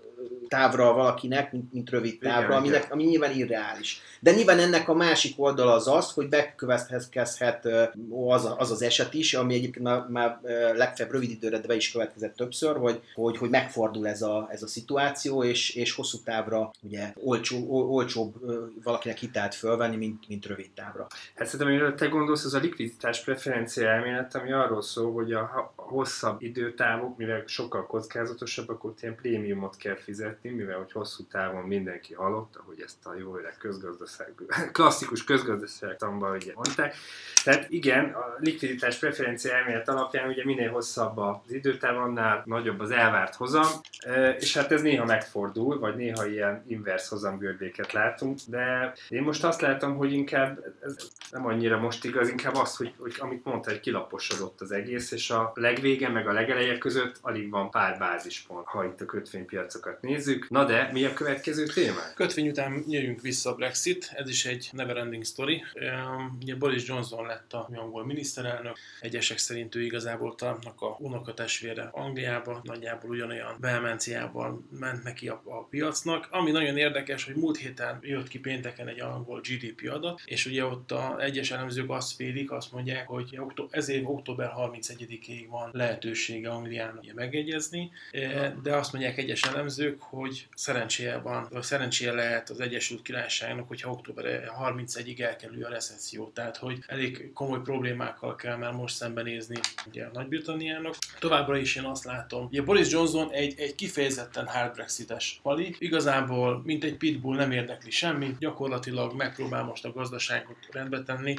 távra valakinek, mint, mint rövid távra, aminek, ami nyilván irreális. De nyilván ennek a másik oldala az az, hogy bekövetkezhet az, az az eset is, ami egyébként már, már legfeljebb rövid időre, de be is következett többször, hogy, hogy, hogy megfordul ez a, ez a szituáció, és, és hosszú távra ugye olcsó, olcsóbb valakinek hitelt fölvenni, mint, mint rövid távra. Hát szerintem, amiről te gondolsz, az a likviditás preferencia elmélet, ami arról szól, hogy a hosszabb időtávok, mivel sokkal kockázatosabbak, ott ilyen prémiumot kell fizetni, mivel hogy hosszú távon mindenki halott, ahogy ezt a jó öreg közgazdaság, klasszikus közgazdaságtanban ugye mondták. Tehát igen, a likviditás preferencia elmélet alapján ugye minél hosszabb az időtáv, annál nagyobb az elvárt hozam, és hát ez néha megfordul, vagy néha ilyen inverse hozamgörbéket látunk, de én most azt látom, hogy inkább ez nem annyira most igaz, inkább az, hogy, hogy amit mondta, hogy kilaposodott az egész, és a legvége meg a legeleje között alig van pár bázispont, ha itt a kötvénypiacokat nézzük. Na de, mi a következő téma? Kötvény után jöjjünk vissza a Brexit, ez is egy neverending story. Ugye Boris Johnson lett a angol miniszterelnök, egyesek szerint ő igazából Trumpnak a unokatestvére Angliába, nagyjából ugyanolyan vehemenciával ment neki a, a piacnak. Ami nagyon érdekes, hogy múlt héten jött ki pénteken egy angol gé dé pé adat, és ugye ott a egyes elemzők azt vélik, azt mondják, hogy ez év október harmincegyedikéig van lehetősége Angliának megegyezni, de azt mondják egyes elemzők, hogy szerencséje van, vagy szerencséje lehet az Egyesült Királyságnak, hogyha október harmincegyedikéig elkerül a recesszió. Tehát, hogy elég komoly problémákkal kell már most szembenézni ugye a Nagy-Britanniának. Továbbra is én azt látom, hogy Boris Johnson egy, egy kifejezetten hard Brexites pali. Igazából, mint egy pitbull nem érdekli semmi, gyakorlatilag megpróbál most a gazdaságot rendbe tenni.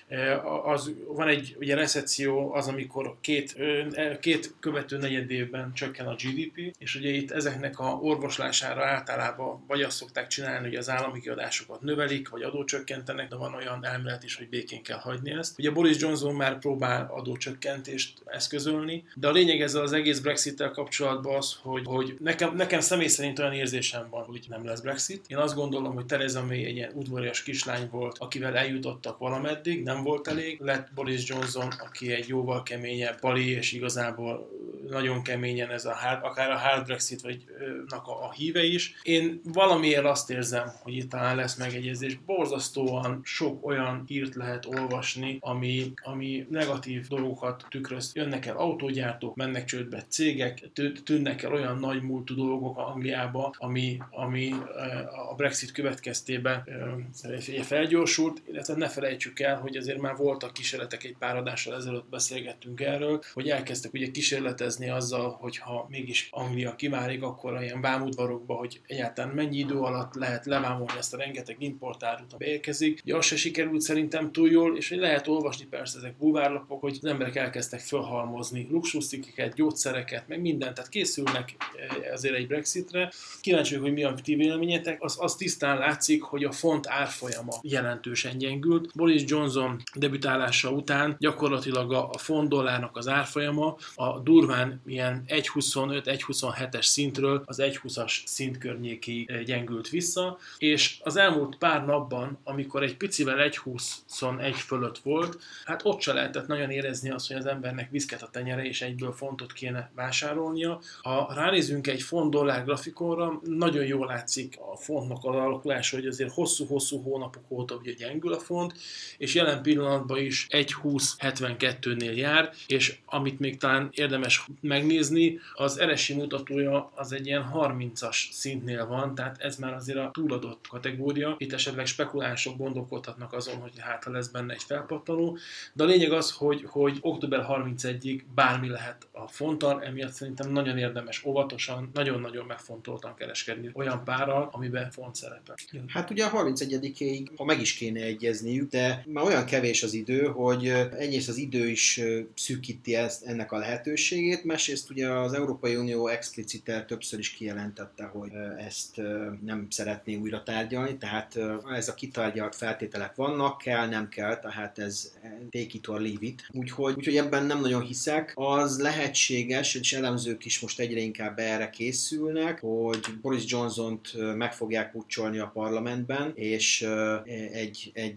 Az, van egy ugye recesszió, az amikor két, két követő negyed évben csökken a gé dé pé, és ugye itt ezeknek a orvoslására általában vagy azt szokták csinálni, hogy az állami kiadásokat növelik, vagy adócsökkentenek, de van olyan elmélet is, hogy békén kell hagyni ezt. Ugye Boris Johnson már próbál adócsökkentést eszközölni, de a lényeg ezzel az egész Brexittel kapcsolatban az, hogy, hogy nekem, nekem személy szerint olyan érzésem van, hogy nem lesz Brexit. Én azt gondolom, hogy Theresa May egy ilyen udvarias kislány volt, akivel eljutottak valameddig, nem volt elég. Lett Boris Johnson, aki egy jóval keményebb pali, és igazából nagyon keményen ez a hard, akár a hard Brexit vagy nak a, a híve is. Én valamiért azt érzem, hogy itt talán lesz megegyezés. Borzasztóan sok olyan hírt lehet olvasni, ami, ami negatív dolgokat tükröz. Jönnek el autógyártók, mennek csődbe cégek, tűnnek el olyan nagy múltú dolgok Angliába, ami, ami a Brexit következtében felgyorsult, illetve ne felejtsük el, hogy azért már voltak kísérletek, egy pár adással ezelőtt beszélgettünk erről, hogy elkezdtek ugye kísérletezni azzal, hogy ha mégis Anglia kiválik, akkor ilyen vámudvarokba, hogy egyáltalán mennyi idő alatt lehet levámolni ezt a rengeteg importárut, ami beérkezik. Ugye az se sikerült szerintem túl jól, és hogy lehet olvasni persze ezek bulvárlapok, hogy az emberek elkezdtek fölhalmozni luxuscikkeket, gyógyszereket, meg mindent, tehát készülnek azért egy Brexitre. Kíváncsi vagyok, hogy mi a ti véleményetek. Az, az tisztán látszik, hogy a font árfolyama jelentősen gyengült. Boris Johnson debütálása után gyakorlatilag a, a font dollárnak az árfolyama a durván ilyen egy huszonöt egy huszonhetes szintről az egy húszas szint környékéig gyengült vissza, és az elmúlt pár napban, amikor egy picivel egy huszonegy fölött volt, hát ott se lehetett nagyon érezni azt, hogy az embernek viszket a tenyere, és egyből fontot kéne vásárolnia. Ha ránézünk egy font-dollár grafikonra, nagyon jól látszik a fontnak az alakulása, hogy azért hosszú-hosszú hónapok óta ugye gyengül a font, és jelen pillanatban is egy húsz hetvenkettőnél jár, és amit még talán érdemes megnézni, az er es i mutatója az egy ilyen harmincas szintnél van, tehát ez már azért a túladott kategória. Itt esetleg spekulánsok gondolkodhatnak azon, hogy hát ha lesz benne egy felpattanó, de a lényeg az, hogy, hogy október harmincegyedikéig bármi lehet a fonttal, emiatt szerintem nagyon érdemes óvatosan, nagyon-nagyon megfontoltan kereskedni olyan párral, amiben font szerepel. Hát ugye a harmincegyedikéig, ha meg is kéne egyezniük, de már olyan kevés az idő, hogy egyrészt az idő is szűkíti ezt, ennek a lehetőségét, másrészt ugye az Európai Unió explicite többször is kijelentette, hogy ezt nem szeretné újra tárgyalni, tehát ez a kitárgyalt feltételek vannak, kell, nem kell, tehát ez take it or leave it. Úgyhogy, úgyhogy ebben nem nagyon hiszek. Az lehetséges, és elemzők is most egyre inkább erre készülnek, hogy Boris Johnsont meg fogják pucsolni a parlamentben, és egy, egy, egy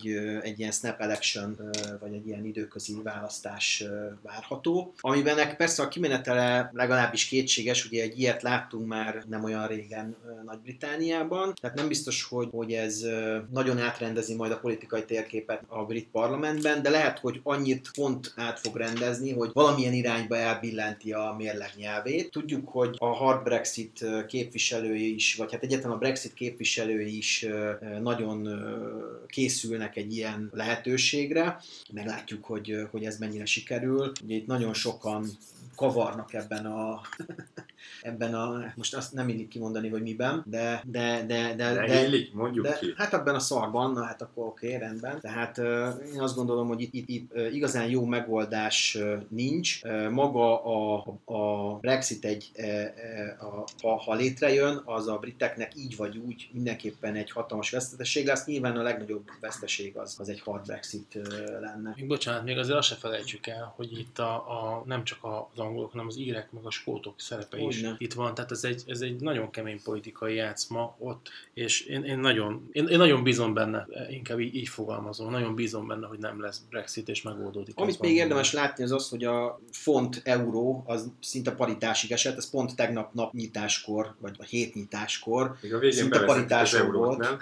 egy, egy ilyen snap election, vagy egy ilyen időközi választás várható, amiben persze a kimenetele legalábbis kétséges, ugye egy ilyet láttunk már nem olyan régen Nagy-Britanniában, tehát nem biztos, hogy, hogy ez nagyon átrendezi majd a politikai térképet a brit parlamentben, de lehet, hogy annyit pont át fog rendezni, hogy valamilyen irányba elbillenti a mérleg nyelvét. Tudjuk, hogy a hard Brexit képviselői is, vagy hát egyáltalán a Brexit képviselői is nagyon készülnek egy ilyen lehetőségre. Meglátjuk, hogy, hogy ez mennyire sikerül. Ugye itt nagyon sokan kavarnak ebben a, ebben a, most azt nem illik kimondani, hogy miben, de de, de, de, de, de illik, mondjuk de, ki. Hát ebben a szarban, na hát akkor oké, okay, rendben. Tehát uh, én azt gondolom, hogy itt, itt, itt uh, igazán jó megoldás uh, nincs. Uh, maga a, a Brexit egy, uh, uh, a, ha, ha létrejön, az a briteknek így vagy úgy mindenképpen egy hatalmas veszteség lesz. Nyilván a legnagyobb veszteség az, az egy hard Brexit uh, lenne. Még bocsánat, még azért azt se felejtsük el, hogy itt a, a, nem csak az angolok, hanem az írek, meg a skótok szerepe is Hogyne. Itt van. Tehát ez egy, ez egy nagyon kemény politikai játszma ott, és én, én, nagyon, én, én nagyon bízom benne, inkább így, így fogalmazom, nagyon bízom benne, hogy nem lesz Brexit, és megoldódik. Amit még érdemes látni az az, hogy a font euró az szinte paritásig esett, ez pont tegnap napnyitáskor, vagy a hétnyitáskor még a végén szinte paritás eurót, volt. Nem?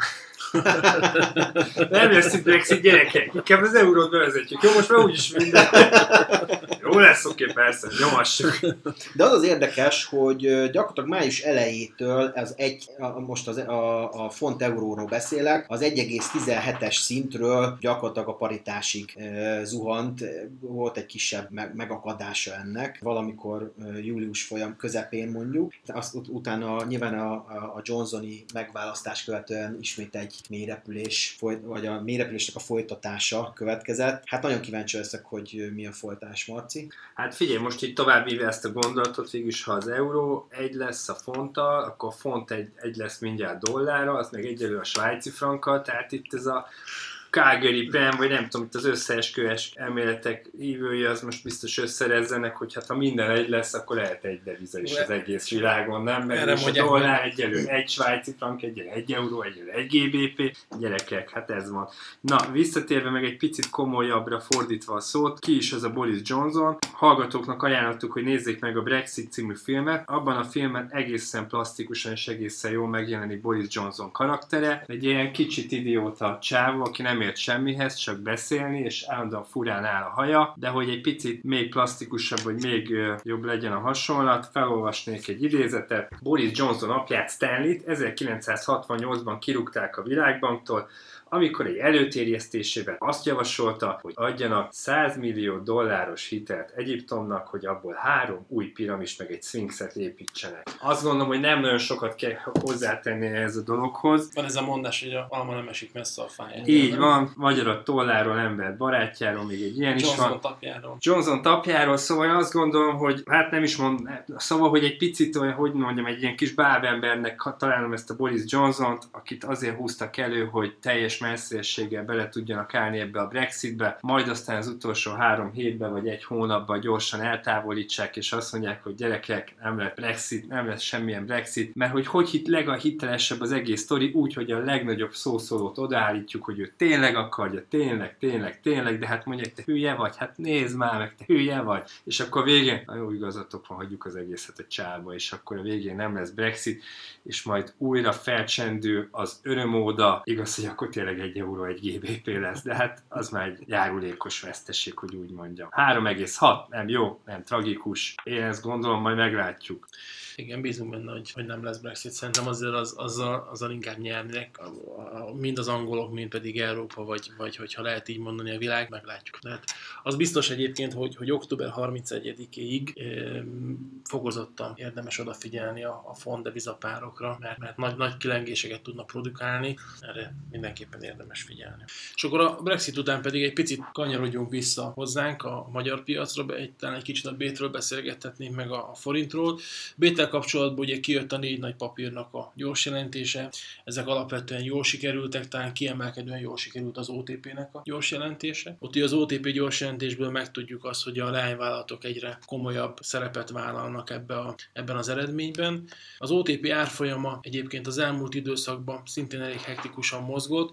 Nem lesz itt Brexit, gyerekek, inkább az eurót bevezetjük. Jó, most már úgyis minden. Jó lesz, oké, persze, nyomassuk. De az az érdekes, hogy gyakorlatilag május elejétől, ez egy, most az, a, a font euróról beszélek, az egy egész tizenhetes szintről gyakorlatilag a paritásig e, zuhant. Volt egy kisebb meg, megakadása ennek, valamikor e, július folyam közepén mondjuk. Azt ut- utána nyilván a, a Johnsoni megválasztás követően ismét egy mélyrepülés, vagy a mélyrepülésnek a folytatása következett. Hát nagyon kíváncsi leszek, hogy mi a folytás, Marci. Hát figyelj, most így tovább víve ezt a gondolatot, végülis ha az euró egy lesz a fonttal, akkor a font egy, egy lesz mindjárt dollárra, az meg egyelő a svájci frankkal, tehát itt ez a Calgary Pen, vagy nem tudom, itt az összeesküves elméletek hívői, az most biztos összerezzenek, hogy hát ha minden egy lesz, akkor lehet egy deviza is az egész világon, nem? Mert a dollár egyelő egy svájci frank, egyelő egy euró, egyelő egy gé bé pé, gyerekek, hát ez van. Na, visszatérve meg egy picit komolyabbra fordítva a szót, ki is az a Boris Johnson? Hallgatóknak ajánlottuk, hogy nézzék meg a Brexit című filmet. Abban a filmen egészen plastikusan és egészen jól megjelenik Boris Johnson karaktere. Egy ilyen kicsit idióta csávó, aki nem ért semmihez, csak beszélni, és állandóan furán áll a haja, de hogy egy picit még plastikusabb, vagy még jobb legyen a hasonlat, felolvasnék egy idézetet. Boris Johnson apját, Stanleyt ezerkilencszázhatvannyolcban kirúgták a Világbanktól, amikor egy előterjesztésében azt javasolta, hogy adjanak száz millió dolláros hitelt Egyiptomnak, hogy abból három új piramist meg egy szfinxet építsenek. Azt gondolom, hogy nem nagyon sokat kell hozzátenni ez a dologhoz. Van ez a mondás, hogy a alma nem esik messze a fáján. Így van, magyar a tolláról, ember barátjáról, még egy ilyen Johnson is van. tapjáról. Johnson tapjáról, szóval én azt gondolom, hogy hát nem is mond, szóval, hogy egy picit olyan, hogy mondjam, egy ilyen kis bábembernek találom ezt a Boris Johnsont, akit azért húztak elő, hogy teljes messzélességgel bele tudjanak állni ebbe a Brexitbe, majd aztán az utolsó három hétben vagy egy hónapban gyorsan eltávolítsák, és azt mondják, hogy gyerekek, nem lesz Brexit, nem lesz semmilyen Brexit, mert hogy hogy hit leghitelesebb az egész sztori, úgy, hogy a legnagyobb szószólót odaállítjuk, hogy ő tényleg akarja, tényleg, tényleg, tényleg, de hát mondják, te hülye vagy, hát nézd már meg, te hülye vagy, és akkor a végén, na jó, igazatok van, hagyjuk az egészet a csába, és akkor a végén nem lesz Brexit, és majd újra felcsendül az örömóda, igaz, hogy akkor tényleg egy euró egy gé bé pé lesz, de hát az már egy járulékos veszteség, hogy úgy mondjam. három egész hat, nem jó, nem tragikus, én ezt gondolom, majd meglátjuk. Igen, bízunk benne, hogy, hogy nem lesz Brexit. Szerintem azért az, azzal, azzal inkább nyernének, a, a, mind az angolok, mind pedig Európa, vagy, vagy hogyha lehet így mondani a világ, meglátjuk. De hát az biztos egyébként, hogy, hogy október harmincegyedikéig e, fokozottan érdemes odafigyelni a, a font devizapárokra, mert, mert nagy, nagy kilengéseket tudnak produkálni, erre mindenképpen érdemes figyelni. És akkor a Brexit után pedig egy picit kanyarodjunk vissza hozzánk a magyar piacra, egy, talán egy kicsit a bétről beszélgethetnénk meg a, a forintról. Bétel kapcsolatban ugye kijött a négy nagy papírnak a gyors jelentése, ezek alapvetően jól sikerültek, talán kiemelkedően jól sikerült az o té pének a gyors jelentése. Ott az o té pé gyors jelentésből megtudjuk azt, hogy a leányvállalatok egyre komolyabb szerepet vállalnak ebbe a, ebben az eredményben. Az o té pé árfolyama egyébként az elmúlt időszakban szintén elég hektikusan mozgott,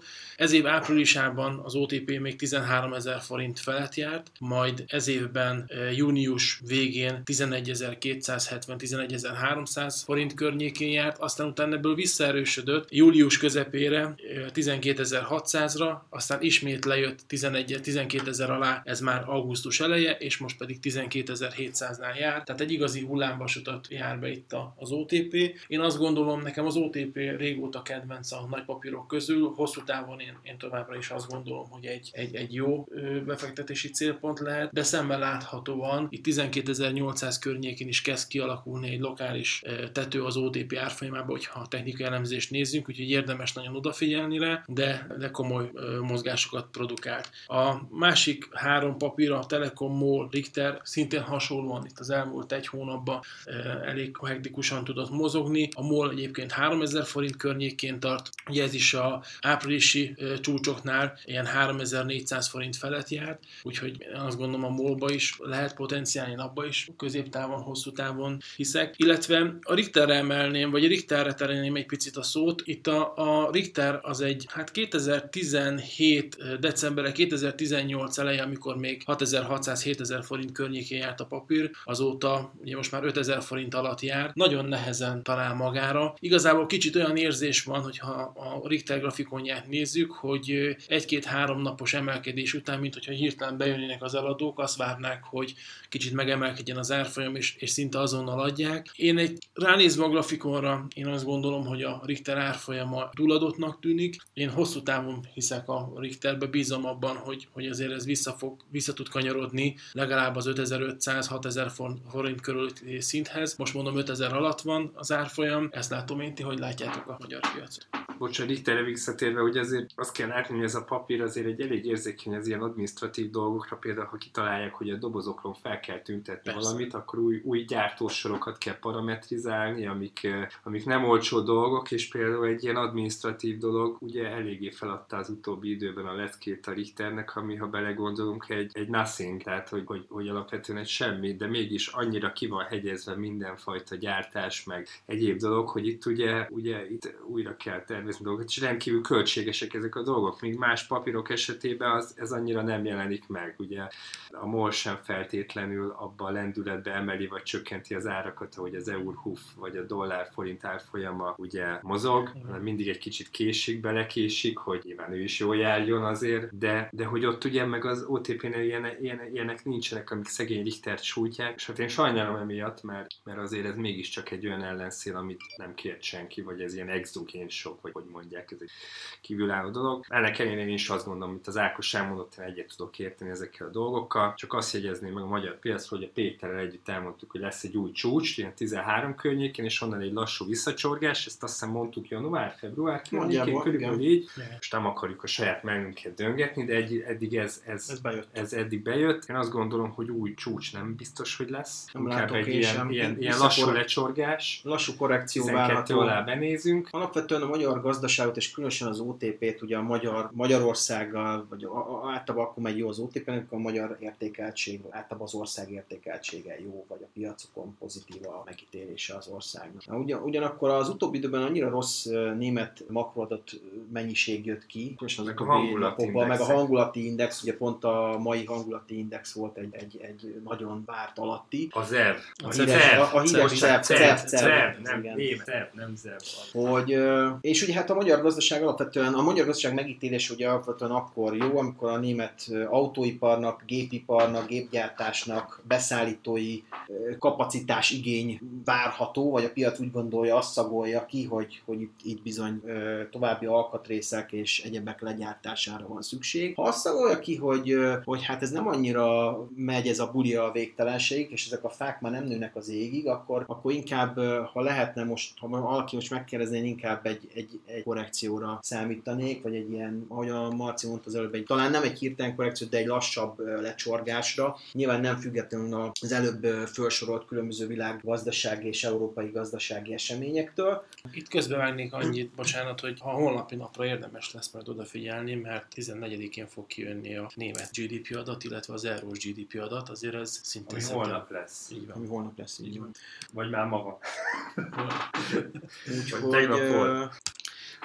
Ez év áprilisában az o té pé még tizenháromezer forint felett járt, majd ez évben június végén tizenegyezer-kétszázhetven tizenegyezer-háromszáz forint környékén járt, aztán utána ebből visszaerősödött július közepére tizenkétezer-hatszázra, aztán ismét lejött tizenkétezer alá, ez már augusztus eleje, és most pedig tizenkétezer-hétszáznál jár, tehát egy igazi hullámvasutat jár be itt az o té pé. Én azt gondolom, nekem az o té pé régóta kedvenc a nagy papírok közül, hosszú távon én, én továbbra is azt gondolom, hogy egy, egy, egy jó befektetési célpont lehet, de szemmel láthatóan itt tizenkétezer-nyolcszáz környékén is kezd kialakulni egy lokális tető az o té pé árfolyamában, hogyha a technikai elemzést nézzünk, úgyhogy érdemes nagyon odafigyelni rá, de, de komoly mozgásokat produkált. A másik három papír, a Telekom, MOL, Richter szintén hasonlóan itt az elmúlt egy hónapban elég hektikusan tudott mozogni. A MOL egyébként háromezer forint környékén tart, ugye ez is a áprilisi csúcsoknál ilyen háromezer-négyszáz forint felett járt, úgyhogy azt gondolom a MOL-ba is lehet potenciál, én abba is középtávon, hosszú távon hiszek. Illetve a Richterre emelném, vagy a Richterre terelném egy picit a szót. Itt a, a Richter az egy, hát kétezer-tizenhét decemberre, kétezer-tizennyolc eleje, amikor még hatezer-hatszáz-hétezer forint környékén járt a papír, azóta ugye most már ötezer forint alatt jár, nagyon nehezen talál magára. Igazából kicsit olyan érzés van, hogyha a Richter grafikonját nézzük, hogy egy-két-három napos emelkedés után, mint hogyha hirtelen bejönnének az eladók, azt várnák, hogy kicsit megemelkedjen az árfolyam, és, és szinte azonnal adják. Én egy ránézve a grafikonra, én azt gondolom, hogy a Richter árfolyama túladottnak tűnik. Én hosszú távon hiszek a Richterbe, bízom abban, hogy, hogy azért ez vissza, fog, vissza tud kanyarodni legalább az ötezer-ötszáz-hatezer forint körüli szinthez. Most mondom, ötezer alatt van az árfolyam. Ezt látom én, ti hogy látjátok a magyar piacot? Bocs, a Richterre visszatérve, hogy azért azt kell látni, hogy ez a papír azért egy elég érzékeny az ilyen adminisztratív dolgokra, például ha kitalálják, hogy a dobozokon fel kell tüntetni Persze. valamit, akkor új, új gyártósorokat kell parametrizálni, amik, amik nem olcsó dolgok, és például egy ilyen adminisztratív dolog ugye eléggé feladta az utóbbi időben a leckét a Richternek, ami, ha belegondolunk, egy, egy nothing, tehát hogy, hogy, hogy alapvetően egy semmi, de mégis annyira ki van hegyezve mindenfajta gyártás, meg egyéb dolog, hogy itt ugye, ugye itt újra kell tervezni dolgokat, és rendkívül költségesek ezek a dolgok, míg más papírok esetében az, ez annyira nem jelenik meg, ugye a MOL sem feltétlenül abban a lendületbe emeli, vagy csökkenti az árakat, ahogy az eur-huf, vagy a dollár-forint árfolyama ugye mozog, hanem mindig egy kicsit késik, belekésik, hogy nyilván ő is jól járjon azért, de, de hogy ott ugye meg az o té pénél ilyen, ilyen, ilyenek nincsenek, amik szegény Richtert sújtják, és hát én sajnálom emiatt, mert, mert azért ez mégiscsak egy olyan ellenszél, amit nem kért senki, vagy ez ilyen exogén sok, vagy hogy mondják, ez egy kívülálló dolog. Ennek ellenére én is azt gondolom, hogy az Ákos elmondott, én egyet tudok érteni ezekkel a dolgokkal, csak azt jegyezném meg a magyar piacról, hogy a Péterrel együtt elmondtuk, hogy lesz egy új csúcs, ilyen tizenhárom környékén, és onnan egy lassú visszacsorgás, ezt azt hiszem mondtuk január, február környékén, körülbelül így. Most nem akarjuk a saját mellünket döngetni, de egy, eddig ez, ez, ez, bejött. ez eddig bejött. Én azt gondolom, hogy új csúcs nem biztos, hogy lesz. Nem Inkább egy ilyen, sem. ilyen, ilyen lassú lecsorgás. Lassú korrekció várható. alá benézünk. Alapvetően a magyar gazdaságot, és különösen az o té pét, ugye a magyar, Magyarországgal, vagy általában akkor megy jó az o té pének, a magyar értékeltség, általában az ország értékeltsége jó, vagy a piacokon pozitív a megítélése az országnak. Ugyan, ugyanakkor az utóbbi időben annyira rossz német makroadat mennyiség jött ki, különösen az meg a hangulati napokban, meg a hangulati index, ugye pont a mai hangulati index volt egy, egy, egy nagyon várt alatti. A zé e vé. A híres, a híres zé e vé. Nem német, nem zé e vé. Hogy, és ugye hát a magyar gazdaság alapvetően, a magyar gazdaság megítélés ugye alapvetően akkor jó, amikor a német autóiparnak, gépiparnak, gépgyártásnak, beszállítói kapacitás igény várható, vagy a piac úgy gondolja, azt szagolja ki, hogy, hogy itt, itt bizony további alkatrészek és egyebek legyártására van szükség. Ha azt szagolja ki, hogy, hogy hát ez nem annyira megy ez a bulia a végtelenség, és ezek a fák már nem nőnek az égig, akkor, akkor inkább, ha lehetne most, ha valaki most megkérdezné, inkább egy, egy, egy korrekcióra számítanék, vagy egy ilyen, ahogy a Marci mondta az előbb, egy, talán nem egy hirtelen korrekció, de egy lassabb lecsorgásra. Nyilván nem függetlenül az előbb felsorolt különböző világgazdasági és európai gazdasági eseményektől. Itt közbevágnék annyit, bocsánat, hogy ha holnapi napra érdemes lesz majd odafigyelni, mert tizennegyedikén fog kijönni a német gé dé pé adat, illetve az eurós gé dé pé adat, azért ez szintén ami holnap lesz. Így van. Ami holnap lesz, így van. Vagy már ma van. Úgyhogy...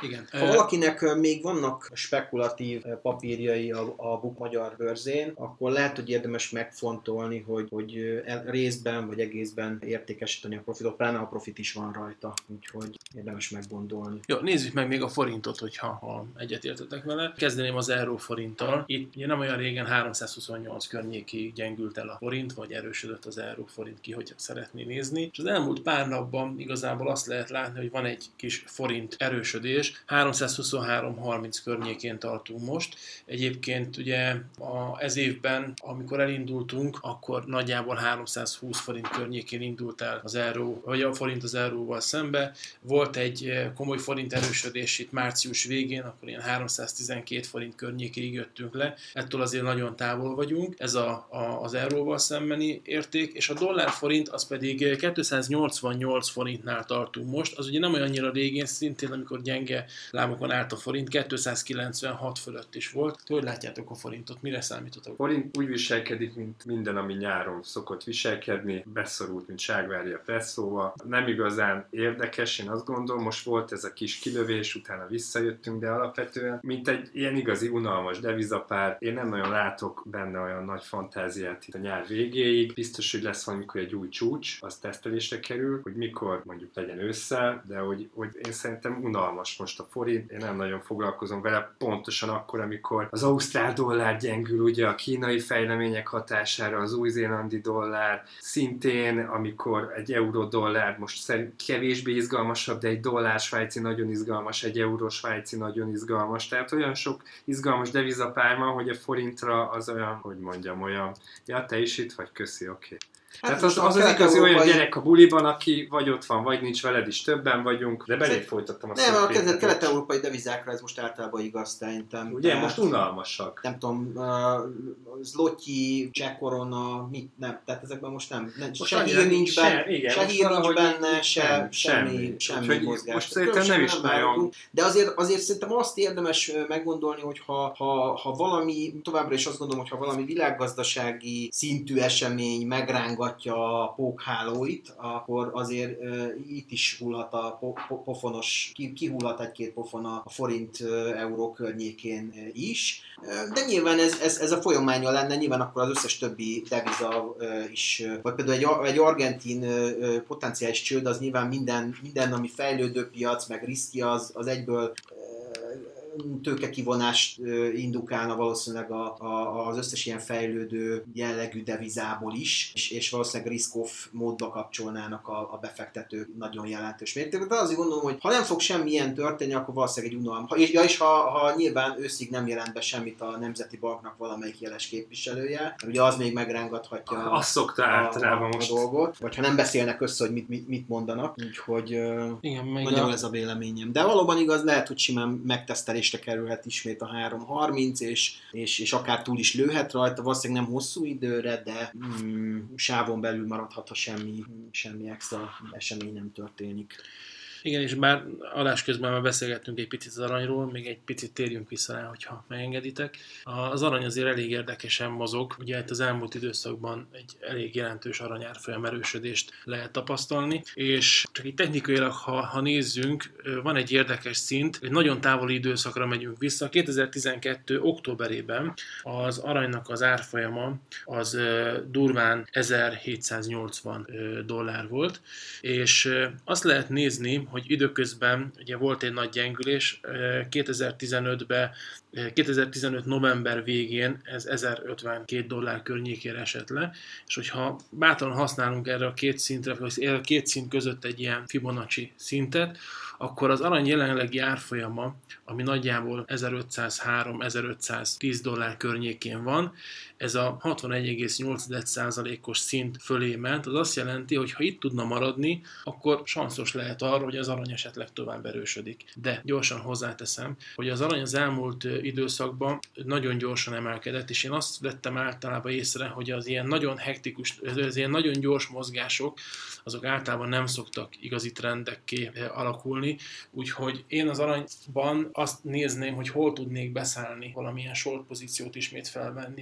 Igen. Ha valakinek még vannak spekulatív papírjai a, a Buk magyar bőrzén, akkor lehet, hogy érdemes megfontolni, hogy, hogy részben vagy egészben értékesíteni a profitot, pláne a profit is van rajta, úgyhogy érdemes meggondolni. Jó, nézzük meg még a forintot, hogyha ha egyetértetek vele. Kezdeném az euró-forinttal. Itt ugye nem olyan régen háromszázhuszonnyolc környékig gyengült el a forint, vagy erősödött az euró-forint, ki hogy szeretné nézni. És az elmúlt pár napban igazából azt lehet látni, hogy van egy kis forint erősödés. háromszázhuszonhárom harminc környékén tartunk most. Egyébként ugye a, ez évben, amikor elindultunk, akkor nagyjából háromszázhúsz forint környékén indult el az euró, vagy a forint az euróval szembe. Volt egy komoly forint erősödés itt március végén, akkor ilyen háromszáztizenkét forint környékéig jöttünk le. Ettől azért nagyon távol vagyunk. Ez a, a, az euróval szembeni érték, és a dollár forint az pedig kétszáznyolcvannyolc forintnál tartunk most. Az ugye nem olyan annyira régén, szintén amikor gyenge lábokon állt a forint, kétszázkilencvenhat fölött is volt. Hogy látjátok a forintot? Mire számítotok? A forint úgy viselkedik, mint minden, ami nyáron szokott viselkedni, beszorult, mint ságvárja presszóval. Nem igazán érdekes, én azt gondolom, most volt ez a kis kilövés, utána visszajöttünk, de alapvetően, mint egy ilyen igazi unalmas devizapár, én nem nagyon látok benne olyan nagy fantáziát itt a nyár végéig. Biztos, hogy lesz valamikor egy új csúcs, az tesztelésre kerül, hogy mikor mondjuk legyen ősszel, de hogy, hogy én szerintem unalmas most a forint, én nem nagyon foglalkozom vele, pontosan akkor, amikor az ausztrál dollár gyengül, ugye a kínai fejlemények hatására, az új-zélandi dollár, szintén amikor egy euró-dollár most szerint kevésbé izgalmasabb, de egy dollár svájci nagyon izgalmas, egy euró svájci nagyon izgalmas, tehát olyan sok izgalmas devizapár van, hogy a forintra az olyan, hogy mondjam, olyan, ja, te is itt vagy, köszi, oké. Okay. Hát tehát az az, az igazi olyan gyerek a buliban, aki vagy ott van, vagy nincs, veled is többen vagyunk, de belé folytattam a Nem, a kelet-európai devizákra ez most általában igaz, szerintem. Ugye, tehát, most unalmasak. Nem tudom, uh, zloty, cseh korona, mit, nem, tehát ezekben most nem, nem most se hír nincs benne, igen, se, hír nincs benne, se, semmi, semmi, semmi mozgás. Most szerintem nem is nagyon. De azért, azért szerintem azt érdemes meggondolni, hogy ha, ha, ha valami, továbbra is azt gondolom, hogy ha valami világgazdasági szintű esemény megrángat a pókhálóit, akkor azért uh, itt is hullhat a po- po- pofonos, ki- kihullhat egy-két pofon a forint-euró uh, környékén uh, is. Uh, de nyilván ez, ez, ez a folyamánya lenne, nyilván akkor az összes többi deviza uh, is, uh, vagy például egy, egy argentin uh, potenciális csőd, az nyilván minden, minden ami fejlődő piac, meg riszki, az, az egyből tőkekivonást indukálna valószínűleg a, a, az összes ilyen fejlődő jellegű devizából is, és, és valószínűleg risk-off módba kapcsolnának a, a befektetők nagyon jelentős mértékben. De azért gondolom, hogy ha nem fog semmi ilyen történni, akkor valószínűleg egy unalom. Ha, ja, és ha, ha nyilván őszig nem jelent be semmit a Nemzeti Banknak valamelyik jeles képviselője, ugye az még megrángathatja azt szokta általában a, a, most. a dolgot, vagy ha nem beszélnek össze, hogy mit, mit, mit mondanak, úgyhogy igen, nagyon a... ez a véleményem. De valóban igaz, lehet, hogy simán megtesztelés kerülhet ismét a három harminc, és, és, és akár túl is lőhet rajta, valószínűleg nem hosszú időre, de mm, sávon belül maradhat, ha semmi, semmi extra esemény nem történik. Igen, és bár adás közben már beszélgettünk egy picit az aranyról, még egy picit térjünk vissza rá, hogyha megengeditek. Az arany azért elég érdekesen mozog, ugye itt az elmúlt időszakban egy elég jelentős aranyárfolyam erősödést lehet tapasztalni, és csak így technikailag, ha, ha nézzünk, van egy érdekes szint, egy nagyon távoli időszakra megyünk vissza. kétezer-tizenkettő októberében az aranynak az árfolyama az durván ezerhétszáznyolcvan dollár volt, és azt lehet nézni, hogy időközben ugye volt egy nagy gyengülés, kétezer-tizenötben, kétezer-tizenöt november végén ez ezerötvenkét dollár környékére esett le, és hogyha bátran használunk erre a két szintre, vagy erre a két szint között egy ilyen Fibonacci szintet, akkor az arany jelenlegi árfolyama, ami nagyjából ezerötszázhárom-ezerötszáztíz dollár környékén van, ez a hatvanegy egész nyolc százalékos szint fölé ment, az azt jelenti, hogy ha itt tudna maradni, akkor sanszos lehet arra, hogy az arany esetleg tovább erősödik. De gyorsan hozzáteszem, hogy az arany az elmúlt időszakban nagyon gyorsan emelkedett, és én azt vettem általában észre, hogy az ilyen nagyon hektikus, az ilyen nagyon gyors mozgások, azok általában nem szoktak igazi trendekké alakulni, úgyhogy én az aranyban azt nézném, hogy hol tudnék beszállni, valamilyen short pozíciót ismét felvenni. Viszont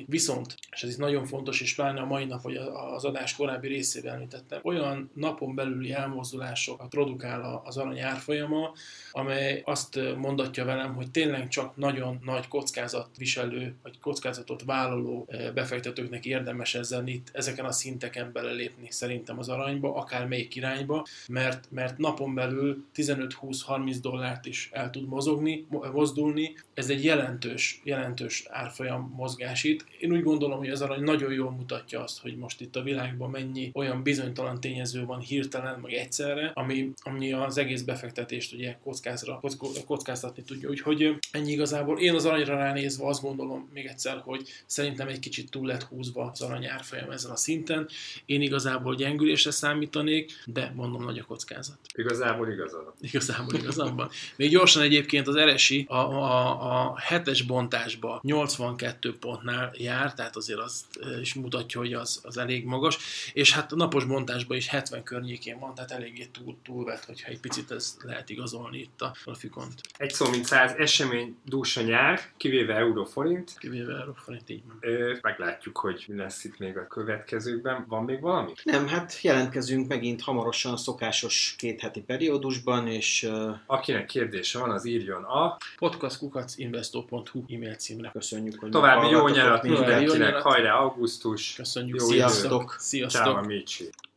Viszont, és ez itt nagyon fontos, és pláne a mai nap, hogy az adás korábbi részében említettem, olyan napon belüli elmozdulásokat produkál az arany árfolyama, amely azt mondatja velem, hogy tényleg csak nagyon nagy kockázatviselő, vagy kockázatot vállaló befektetőknek érdemes ezen itt, ezeken a szinteken belelépni szerintem az aranyba, akár melyik irányba, mert, mert napon belül tizenöt-húsz-harminc dollárt is el tud mozogni, mozdulni. Ez egy jelentős, jelentős árfolyam mozgás itt. Én úgy gondolom, hogy az arany nagyon jól mutatja azt, hogy most itt a világban mennyi olyan bizonytalan tényező van hirtelen, meg egyszerre, ami, ami az egész befektetést ugye kockázra, kockáztatni tudja. Úgyhogy ennyi igazából. Én az aranyra ránézve azt gondolom még egyszer, hogy szerintem egy kicsit túl lett húzva az arany árfolyam ezen a szinten. Én igazából gyengülésre számítanék, de mondom, nagy a kockázat. Igazából igazad. Igazából igazabban. Még gyorsan egyébként az er es i a, a, a hetes bontásba nyolcvankettő pontnál jár, tehát azért azt is mutatja, hogy az, az elég magas, és hát a napos bontásban is hetven környékén van, tehát eléggé túl, túlvett, hogyha egy picit ez lehet igazolni itt a grafikont. Egy szó mint száz, esemény dús a nyár, kivéve euró-forint. Kivéve euró-forint, így van. Ö, meglátjuk, hogy mi lesz itt még a következőkben. Van még valami? Nem, hát jelentkezünk megint hamarosan szokásos kétheti periódusban, és... Uh, akinek kérdése van, az írjon a podcast kukac investor pont hu e-mail címre. Köszönjük, hogy további jó nyarat mindenkinek. mindenkinek, hajrá augusztus. Köszönjük, jó sziasztok! Sziasztok! Sziasztok! Ciao, amici!